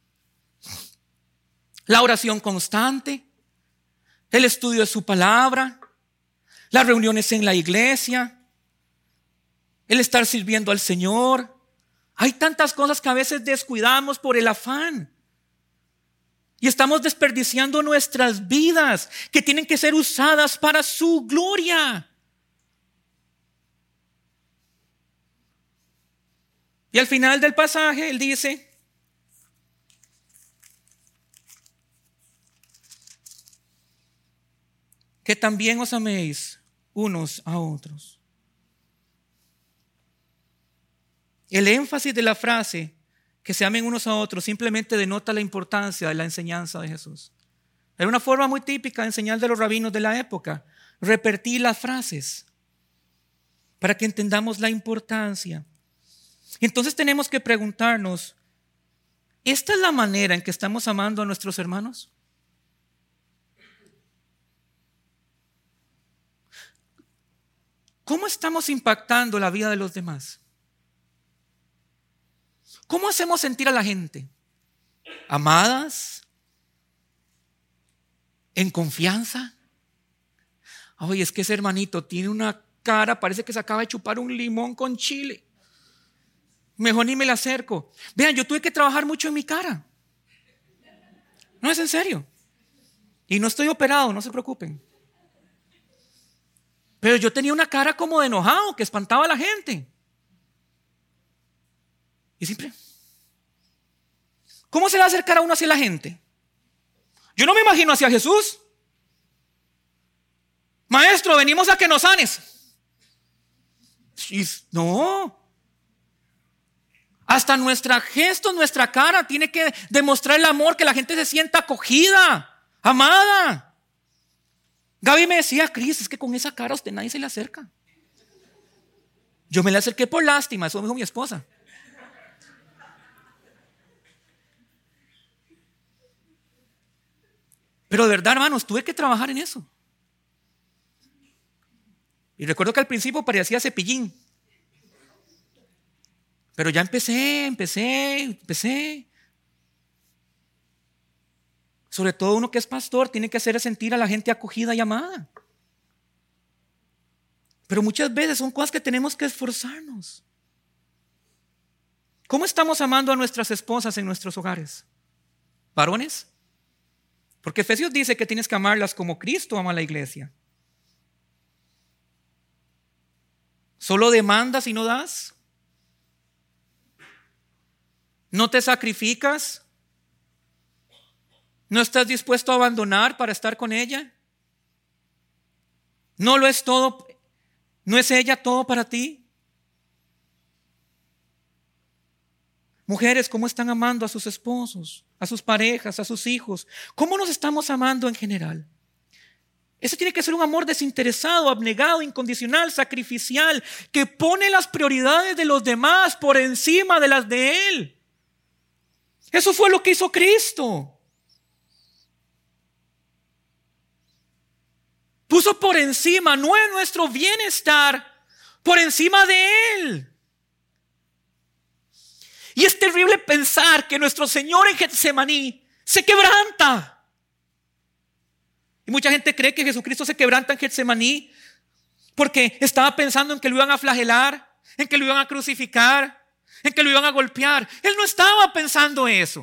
La oración constante, el estudio de su palabra, las reuniones en la iglesia, el estar sirviendo al Señor. Hay tantas cosas que a veces descuidamos por el afán. Y estamos desperdiciando nuestras vidas que tienen que ser usadas para su gloria. Y al final del pasaje Él dice, que también os améis unos a otros. El énfasis de la frase, que se amen unos a otros, simplemente denota la importancia de la enseñanza de Jesús. Era una forma muy típica de enseñar de los rabinos de la época, repetir las frases para que entendamos la importancia. Entonces tenemos que preguntarnos, ¿esta es la manera en que estamos amando a nuestros hermanos? ¿Cómo estamos impactando la vida de los demás? ¿Cómo hacemos sentir a la gente? ¿Amadas? ¿En confianza? Oye, es que ese hermanito tiene una cara, parece que se acaba de chupar un limón con chile. Mejor ni me le acerco. Vean, yo tuve que trabajar mucho en mi cara. No, es en serio. Y no estoy operado, no se preocupen. Pero yo tenía una cara como de enojado, que espantaba a la gente. Y siempre, ¿cómo se va a acercar a uno hacia la gente? Yo no me imagino hacia Jesús. Maestro, venimos a que nos sanes. Y no. Hasta nuestro gesto, nuestra cara tiene que demostrar el amor, que la gente se sienta acogida, amada. Gaby me decía, Cris, es que con esa cara a usted nadie se le acerca. Yo me le acerqué por lástima, eso me dijo mi esposa. Pero de verdad, hermanos, tuve que trabajar en eso. Y recuerdo que al principio parecía cepillín. Pero ya empecé. Sobre todo uno que es pastor tiene que hacer sentir a la gente acogida y amada. Pero muchas veces son cosas que tenemos que esforzarnos. ¿Cómo estamos amando a nuestras esposas en nuestros hogares? ¿Varones? Porque Efesios dice que tienes que amarlas como Cristo ama a la iglesia. ¿Solo demandas y no das? ¿No te sacrificas? ¿No estás dispuesto a abandonar para estar con ella? ¿No lo es todo? ¿No es ella todo para ti? Mujeres, ¿cómo están amando a sus esposos, a sus parejas, a sus hijos? ¿Cómo nos estamos amando en general? Ese tiene que ser un amor desinteresado, abnegado, incondicional, sacrificial, que pone las prioridades de los demás por encima de las de Él. Eso fue lo que hizo Cristo. Puso por encima, no es nuestro bienestar, por encima de Él. Y es terrible pensar que nuestro Señor en Getsemaní se quebranta. Y mucha gente cree que Jesucristo se quebranta en Getsemaní porque estaba pensando en que lo iban a flagelar, en que lo iban a crucificar, en que lo iban a golpear. Él no estaba pensando eso.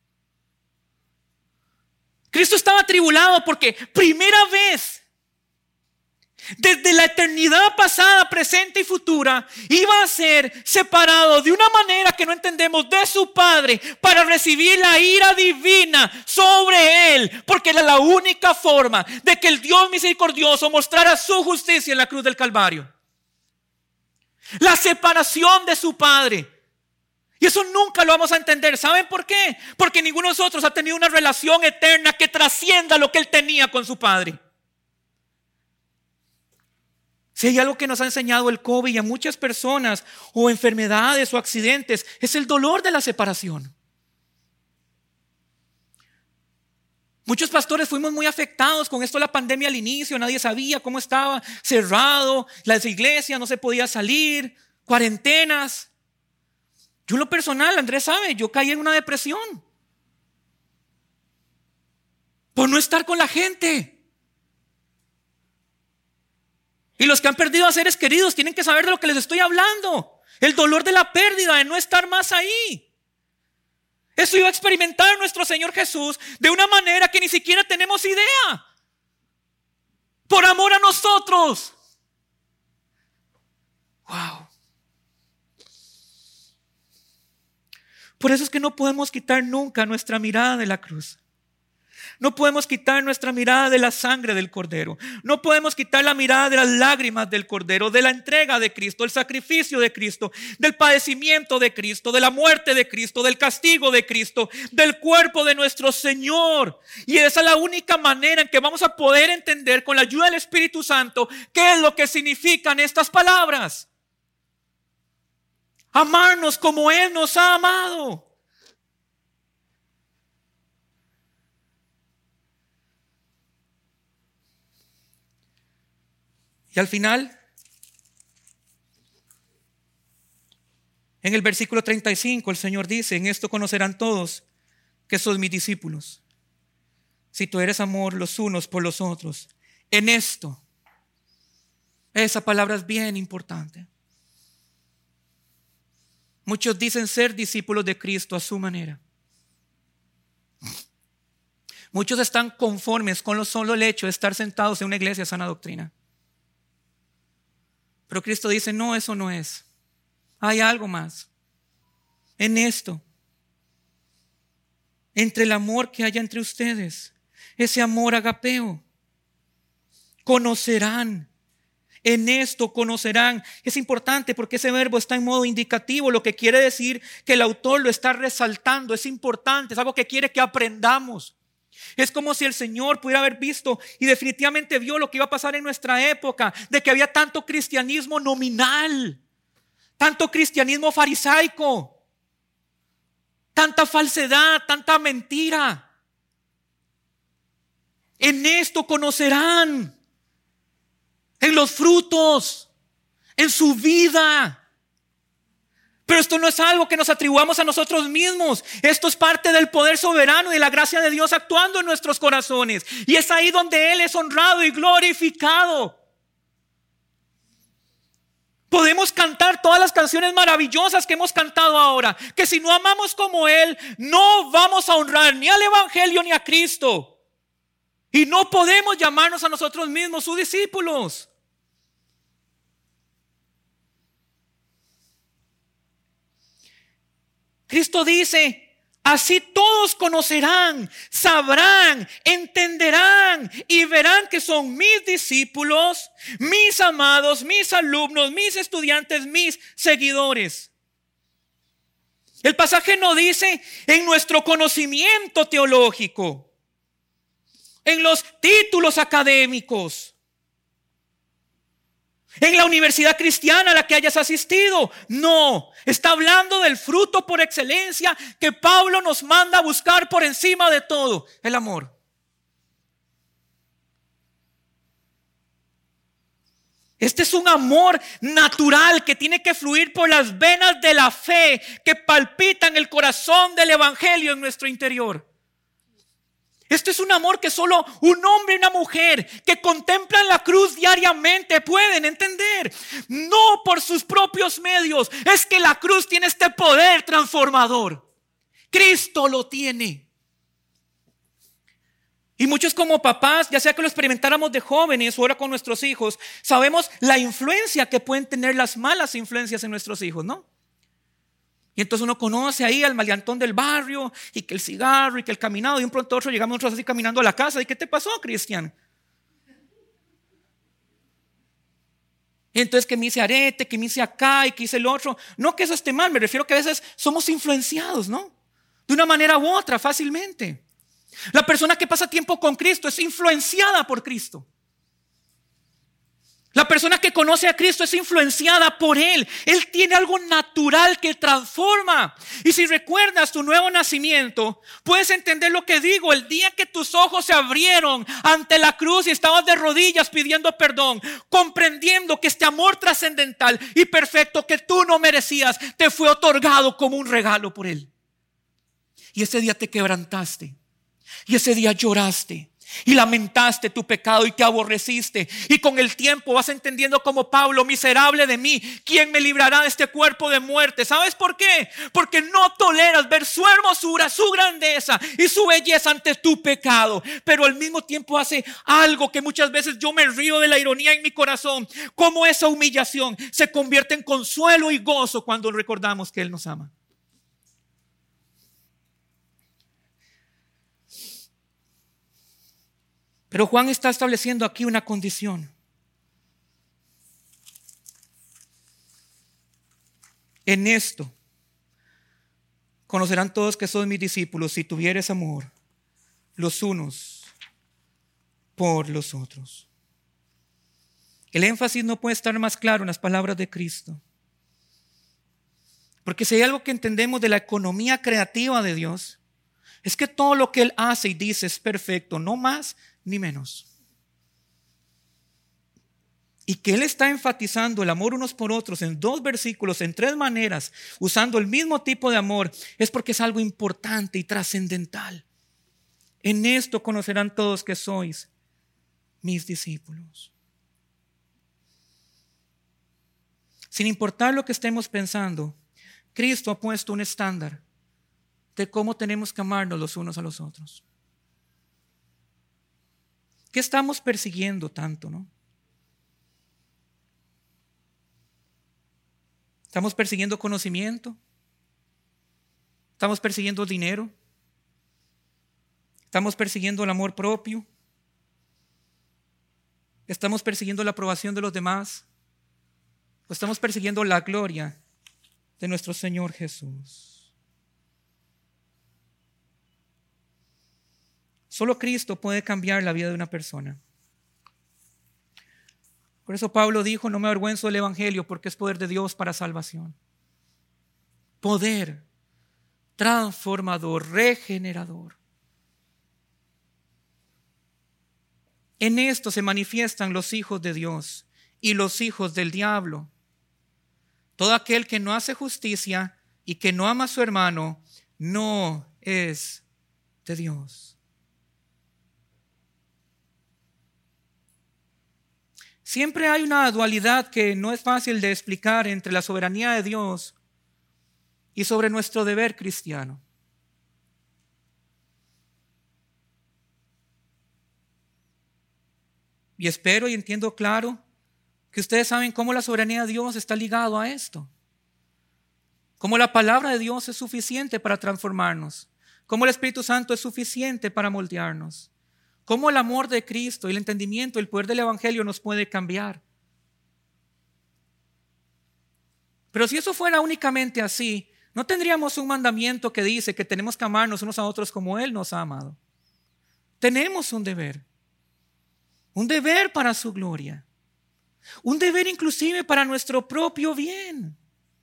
Cristo estaba atribulado porque primera vez desde la eternidad pasada, presente y futura, iba a ser separado de una manera que no entendemos de su Padre para recibir la ira divina sobre Él, porque era la única forma de que el Dios misericordioso mostrara su justicia en la cruz del Calvario. La separación de su Padre. Y eso nunca lo vamos a entender. ¿Saben por qué? Porque ninguno de nosotros ha tenido una relación eterna que trascienda lo que Él tenía con su Padre. Si hay algo que nos ha enseñado el COVID y a muchas personas, o enfermedades o accidentes, es el dolor de la separación. Muchos pastores fuimos muy afectados con esto de la pandemia al inicio. Nadie sabía cómo estaba cerrado, las iglesias no se podía salir, cuarentenas. Yo en lo personal, Andrés sabe, yo caí en una depresión por no estar con la gente. Y los que han perdido a seres queridos tienen que saber de lo que les estoy hablando. El dolor de la pérdida, de no estar más ahí. Eso iba a experimentar nuestro Señor Jesús de una manera que ni siquiera tenemos idea. Por amor a nosotros. Wow. Por eso es que no podemos quitar nunca nuestra mirada de la cruz. No podemos quitar nuestra mirada de la sangre del Cordero. No podemos quitar la mirada de las lágrimas del Cordero, de la entrega de Cristo, el sacrificio de Cristo, del padecimiento de Cristo, de la muerte de Cristo, del castigo de Cristo, del cuerpo de nuestro Señor. Y esa es la única manera en que vamos a poder entender con la ayuda del Espíritu Santo qué es lo que significan estas palabras. Amarnos como Él nos ha amado. Y al final, en el versículo 35, el Señor dice: en esto conocerán todos que sois mis discípulos, si tú eres amor los unos por los otros. En esto, esa palabra es bien importante. Muchos dicen ser discípulos de Cristo a su manera. Muchos están conformes con solo el hecho de estar sentados en una iglesia de sana doctrina. Pero Cristo dice: no, eso no es. Hay algo más. En esto, entre el amor que haya entre ustedes, ese amor agapeo, conocerán. En esto conocerán. Es importante porque ese verbo está en modo indicativo, lo que quiere decir que el autor lo está resaltando. Es importante, es algo que quiere que aprendamos. Es como si el Señor pudiera haber visto y definitivamente vio lo que iba a pasar en nuestra época, de que había tanto cristianismo nominal, tanto cristianismo farisaico, tanta falsedad, tanta mentira. En esto conocerán, en los frutos, en su vida. Pero esto no es algo que nos atribuamos a nosotros mismos. Esto es parte del poder soberano y de la gracia de Dios actuando en nuestros corazones. Y es ahí donde Él es honrado y glorificado. Podemos cantar todas las canciones maravillosas que hemos cantado ahora, que si no amamos como Él, no vamos a honrar ni al Evangelio ni a Cristo. Y no podemos llamarnos a nosotros mismos sus discípulos. Cristo dice: así todos conocerán, sabrán, entenderán y verán que son mis discípulos, mis amados, mis alumnos, mis estudiantes, mis seguidores. El pasaje no dice en nuestro conocimiento teológico, en los títulos académicos, en la universidad cristiana a la que hayas asistido. No, está hablando del fruto por excelencia que Pablo nos manda a buscar por encima de todo: el amor. Este es un amor natural que tiene que fluir por las venas de la fe que palpitan el corazón del Evangelio en nuestro interior. Este es un amor que solo un hombre y una mujer que contemplan la cruz diariamente pueden entender. No por sus propios medios. Es que la cruz tiene este poder transformador. Cristo lo tiene. Y muchos como papás, ya sea que lo experimentáramos de jóvenes o ahora con nuestros hijos, sabemos la influencia que pueden tener las malas influencias en nuestros hijos, ¿no? Y entonces uno conoce ahí al maleantón del barrio, y que el cigarro, y que el caminado, y un pronto a otro llegamos nosotros así caminando a la casa. ¿Y qué te pasó, Cristian? Y entonces que me hice arete, que me hice acá y que hice el otro. No que eso esté mal, me refiero que a veces somos influenciados, ¿no? De una manera u otra, fácilmente. La persona que pasa tiempo con Cristo es influenciada por Cristo. La persona que conoce a Cristo es influenciada por Él. Él tiene algo natural que transforma. Y si recuerdas tu nuevo nacimiento, puedes entender lo que digo. El día que tus ojos se abrieron ante la cruz y estabas de rodillas pidiendo perdón, comprendiendo que este amor trascendental y perfecto que tú no merecías te fue otorgado como un regalo por Él. Y ese día te quebrantaste. Y ese día lloraste. Y lamentaste tu pecado y te aborreciste. Y con el tiempo vas entendiendo como Pablo: miserable de mí, ¿quién me librará de este cuerpo de muerte? ¿Sabes por qué? Porque no toleras ver su hermosura, su grandeza y su belleza ante tu pecado. Pero al mismo tiempo hace algo que muchas veces yo me río de la ironía en mi corazón: cómo esa humillación se convierte en consuelo y gozo cuando recordamos que Él nos ama. Pero Juan está estableciendo aquí una condición. En esto conocerán todos que sois mis discípulos si tuviereis amor los unos por los otros. El énfasis no puede estar más claro en las palabras de Cristo. Porque si hay algo que entendemos de la economía creativa de Dios, es que todo lo que Él hace y dice es perfecto, no más ni menos. Y que Él está enfatizando el amor unos por otros en 2 versículos, en 3 maneras, usando el mismo tipo de amor, es porque es algo importante y trascendental. En esto conocerán todos que sois mis discípulos. Sin importar lo que estemos pensando, Cristo ha puesto un estándar de cómo tenemos que amarnos los unos a los otros. ¿Qué estamos persiguiendo tanto, no? ¿Estamos persiguiendo conocimiento? ¿Estamos persiguiendo dinero? ¿Estamos persiguiendo el amor propio? ¿Estamos persiguiendo la aprobación de los demás? ¿O estamos persiguiendo la gloria de nuestro Señor Jesús? Solo Cristo puede cambiar la vida de una persona. Por eso Pablo dijo, no me avergüenzo del evangelio porque es poder de Dios para salvación. Poder transformador, regenerador. En esto se manifiestan los hijos de Dios y los hijos del diablo. Todo aquel que no hace justicia y que no ama a su hermano no es de Dios. Siempre hay una dualidad que no es fácil de explicar entre la soberanía de Dios y sobre nuestro deber cristiano. Y espero y entiendo claro que ustedes saben cómo la soberanía de Dios está ligado a esto. Cómo la palabra de Dios es suficiente para transformarnos. Cómo el Espíritu Santo es suficiente para moldearnos. Cómo el amor de Cristo y el entendimiento, el poder del Evangelio nos puede cambiar. Pero si eso fuera únicamente así, no tendríamos un mandamiento que dice que tenemos que amarnos unos a otros como Él nos ha amado. Tenemos un deber para su gloria, un deber inclusive para nuestro propio bien.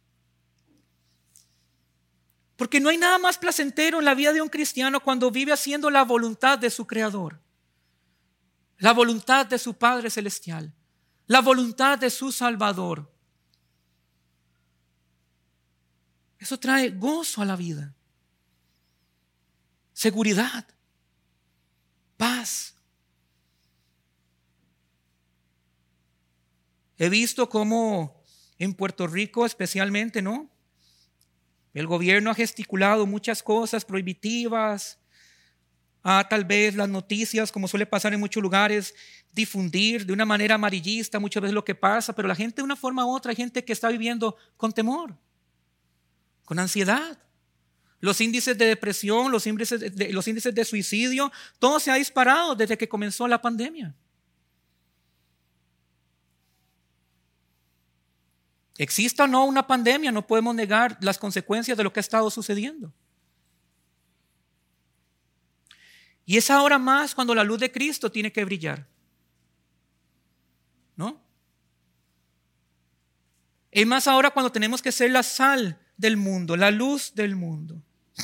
Porque no hay nada más placentero en la vida de un cristiano cuando vive haciendo la voluntad de su Creador, la voluntad de su Padre Celestial, la voluntad de su Salvador. Eso trae gozo a la vida, seguridad, paz. He visto cómo en Puerto Rico especialmente, ¿no? El gobierno ha gesticulado muchas cosas prohibitivas. Tal vez las noticias, como suele pasar en muchos lugares, difundir de una manera amarillista muchas veces lo que pasa, pero la gente de una forma u otra, hay gente que está viviendo con temor, con ansiedad. Los índices de depresión, los índices de suicidio, todo se ha disparado desde que comenzó la pandemia. Exista o no una pandemia, no podemos negar las consecuencias de lo que ha estado sucediendo. Y es ahora más cuando la luz de Cristo tiene que brillar, ¿no? Es más ahora cuando tenemos que ser la sal del mundo, la luz del mundo.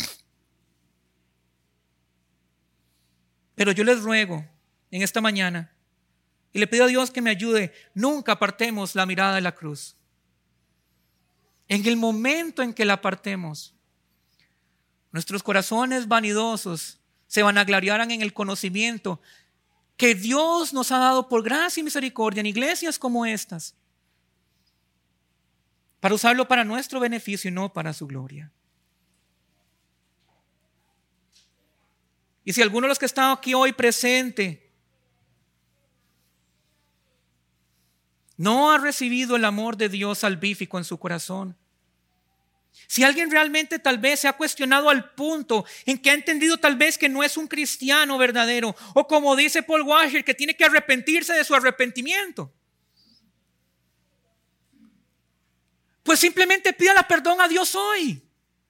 Pero yo les ruego en esta mañana y le pido a Dios que me ayude, nunca apartemos la mirada de la cruz. En el momento en que la apartemos, nuestros corazones vanidosos se vanagloriarán en el conocimiento que Dios nos ha dado por gracia y misericordia en iglesias como estas, para usarlo para nuestro beneficio y no para su gloria. Y si alguno de los que están aquí hoy presente no ha recibido el amor de Dios salvífico en su corazón, Si alguien realmente tal vez se ha cuestionado al punto en que ha entendido tal vez que no es un cristiano verdadero, o como dice Paul Washer, que tiene que arrepentirse de su arrepentimiento, pues simplemente pídale perdón a Dios hoy.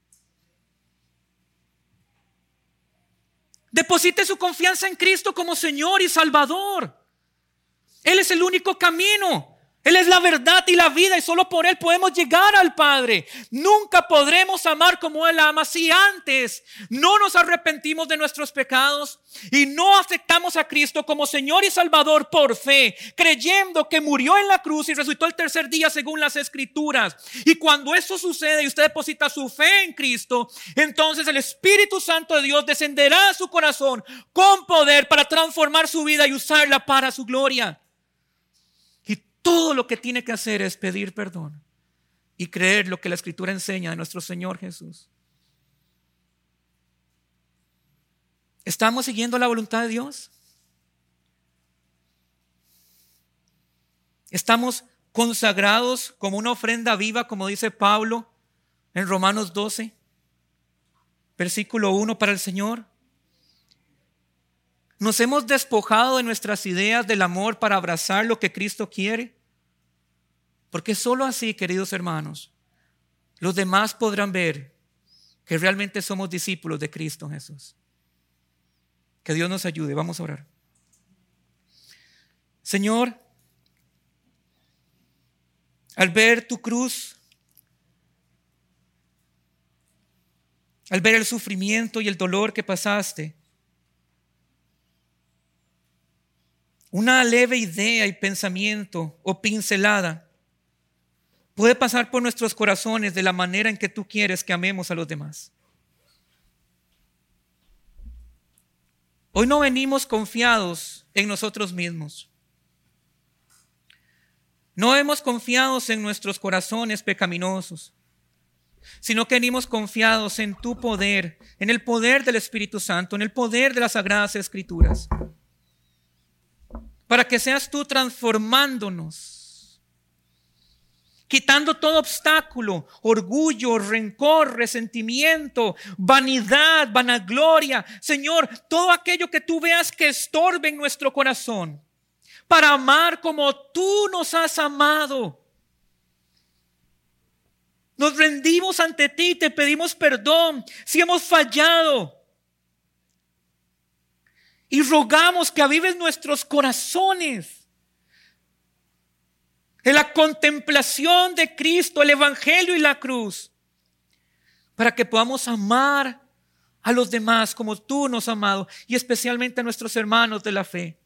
Deposite su confianza en Cristo como Señor y Salvador. Él es el único camino. Él es la verdad y la vida, y solo por Él podemos llegar al Padre. Nunca podremos amar como Él ama si antes no nos arrepentimos de nuestros pecados y no aceptamos a Cristo como Señor y Salvador por fe, creyendo que murió en la cruz y resucitó el tercer día según las Escrituras. Y cuando eso sucede y usted deposita su fe en Cristo, entonces el Espíritu Santo de Dios descenderá a su corazón con poder para transformar su vida y usarla para su gloria. Todo lo que tiene que hacer es pedir perdón y creer lo que la Escritura enseña de nuestro Señor Jesús. ¿Estamos siguiendo la voluntad de Dios? ¿Estamos consagrados como una ofrenda viva, como dice Pablo en Romanos 12, versículo 1 para el Señor? ¿Nos hemos despojado de nuestras ideas del amor para abrazar lo que Cristo quiere? Porque solo así, queridos hermanos, los demás podrán ver que realmente somos discípulos de Cristo Jesús. Que Dios nos ayude. Vamos a orar. Señor, al ver tu cruz, al ver el sufrimiento y el dolor que pasaste, una leve idea y pensamiento o pincelada puede pasar por nuestros corazones de la manera en que tú quieres que amemos a los demás. Hoy no venimos confiados en nosotros mismos. No hemos confiado en nuestros corazones pecaminosos, sino que venimos confiados en tu poder, en el poder del Espíritu Santo, en el poder de las Sagradas Escrituras, para que seas tú transformándonos, quitando todo obstáculo, orgullo, rencor, resentimiento, vanidad, vanagloria. Señor, todo aquello que tú veas que estorbe en nuestro corazón, para amar como tú nos has amado. Nos rendimos ante ti y te pedimos perdón si hemos fallado. Y rogamos que avives nuestros corazones en la contemplación de Cristo, el Evangelio y la cruz, para que podamos amar a los demás como tú nos has amado, y especialmente a nuestros hermanos de la fe.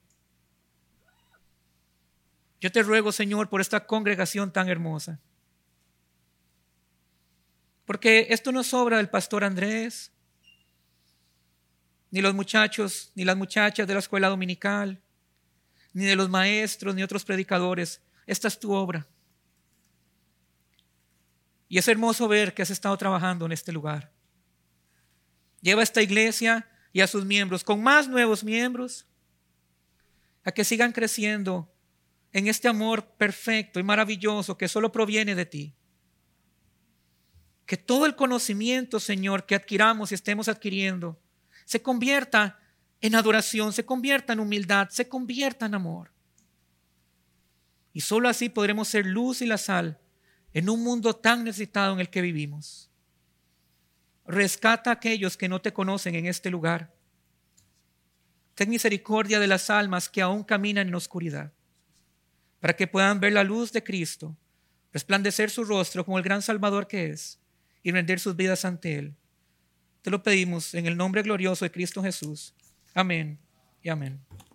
Yo te ruego, Señor, por esta congregación tan hermosa, porque esto no es obra del pastor Andrés, ni los muchachos, ni las muchachas de la escuela dominical, ni de los maestros, ni otros predicadores. Esta es tu obra. Y es hermoso ver que has estado trabajando en este lugar. Lleva a esta iglesia y a sus miembros, con más nuevos miembros, a que sigan creciendo en este amor perfecto y maravilloso que solo proviene de ti. Que todo el conocimiento, Señor, que adquiramos y estemos adquiriendo, se convierta en adoración, se convierta en humildad, se convierta en amor. Y solo así podremos ser luz y la sal en un mundo tan necesitado en el que vivimos. Rescata a aquellos que no te conocen en este lugar. Ten misericordia de las almas que aún caminan en oscuridad, para que puedan ver la luz de Cristo, resplandecer su rostro como el gran Salvador que es, y rendir sus vidas ante Él. Te lo pedimos en el nombre glorioso de Cristo Jesús. Amén y amén.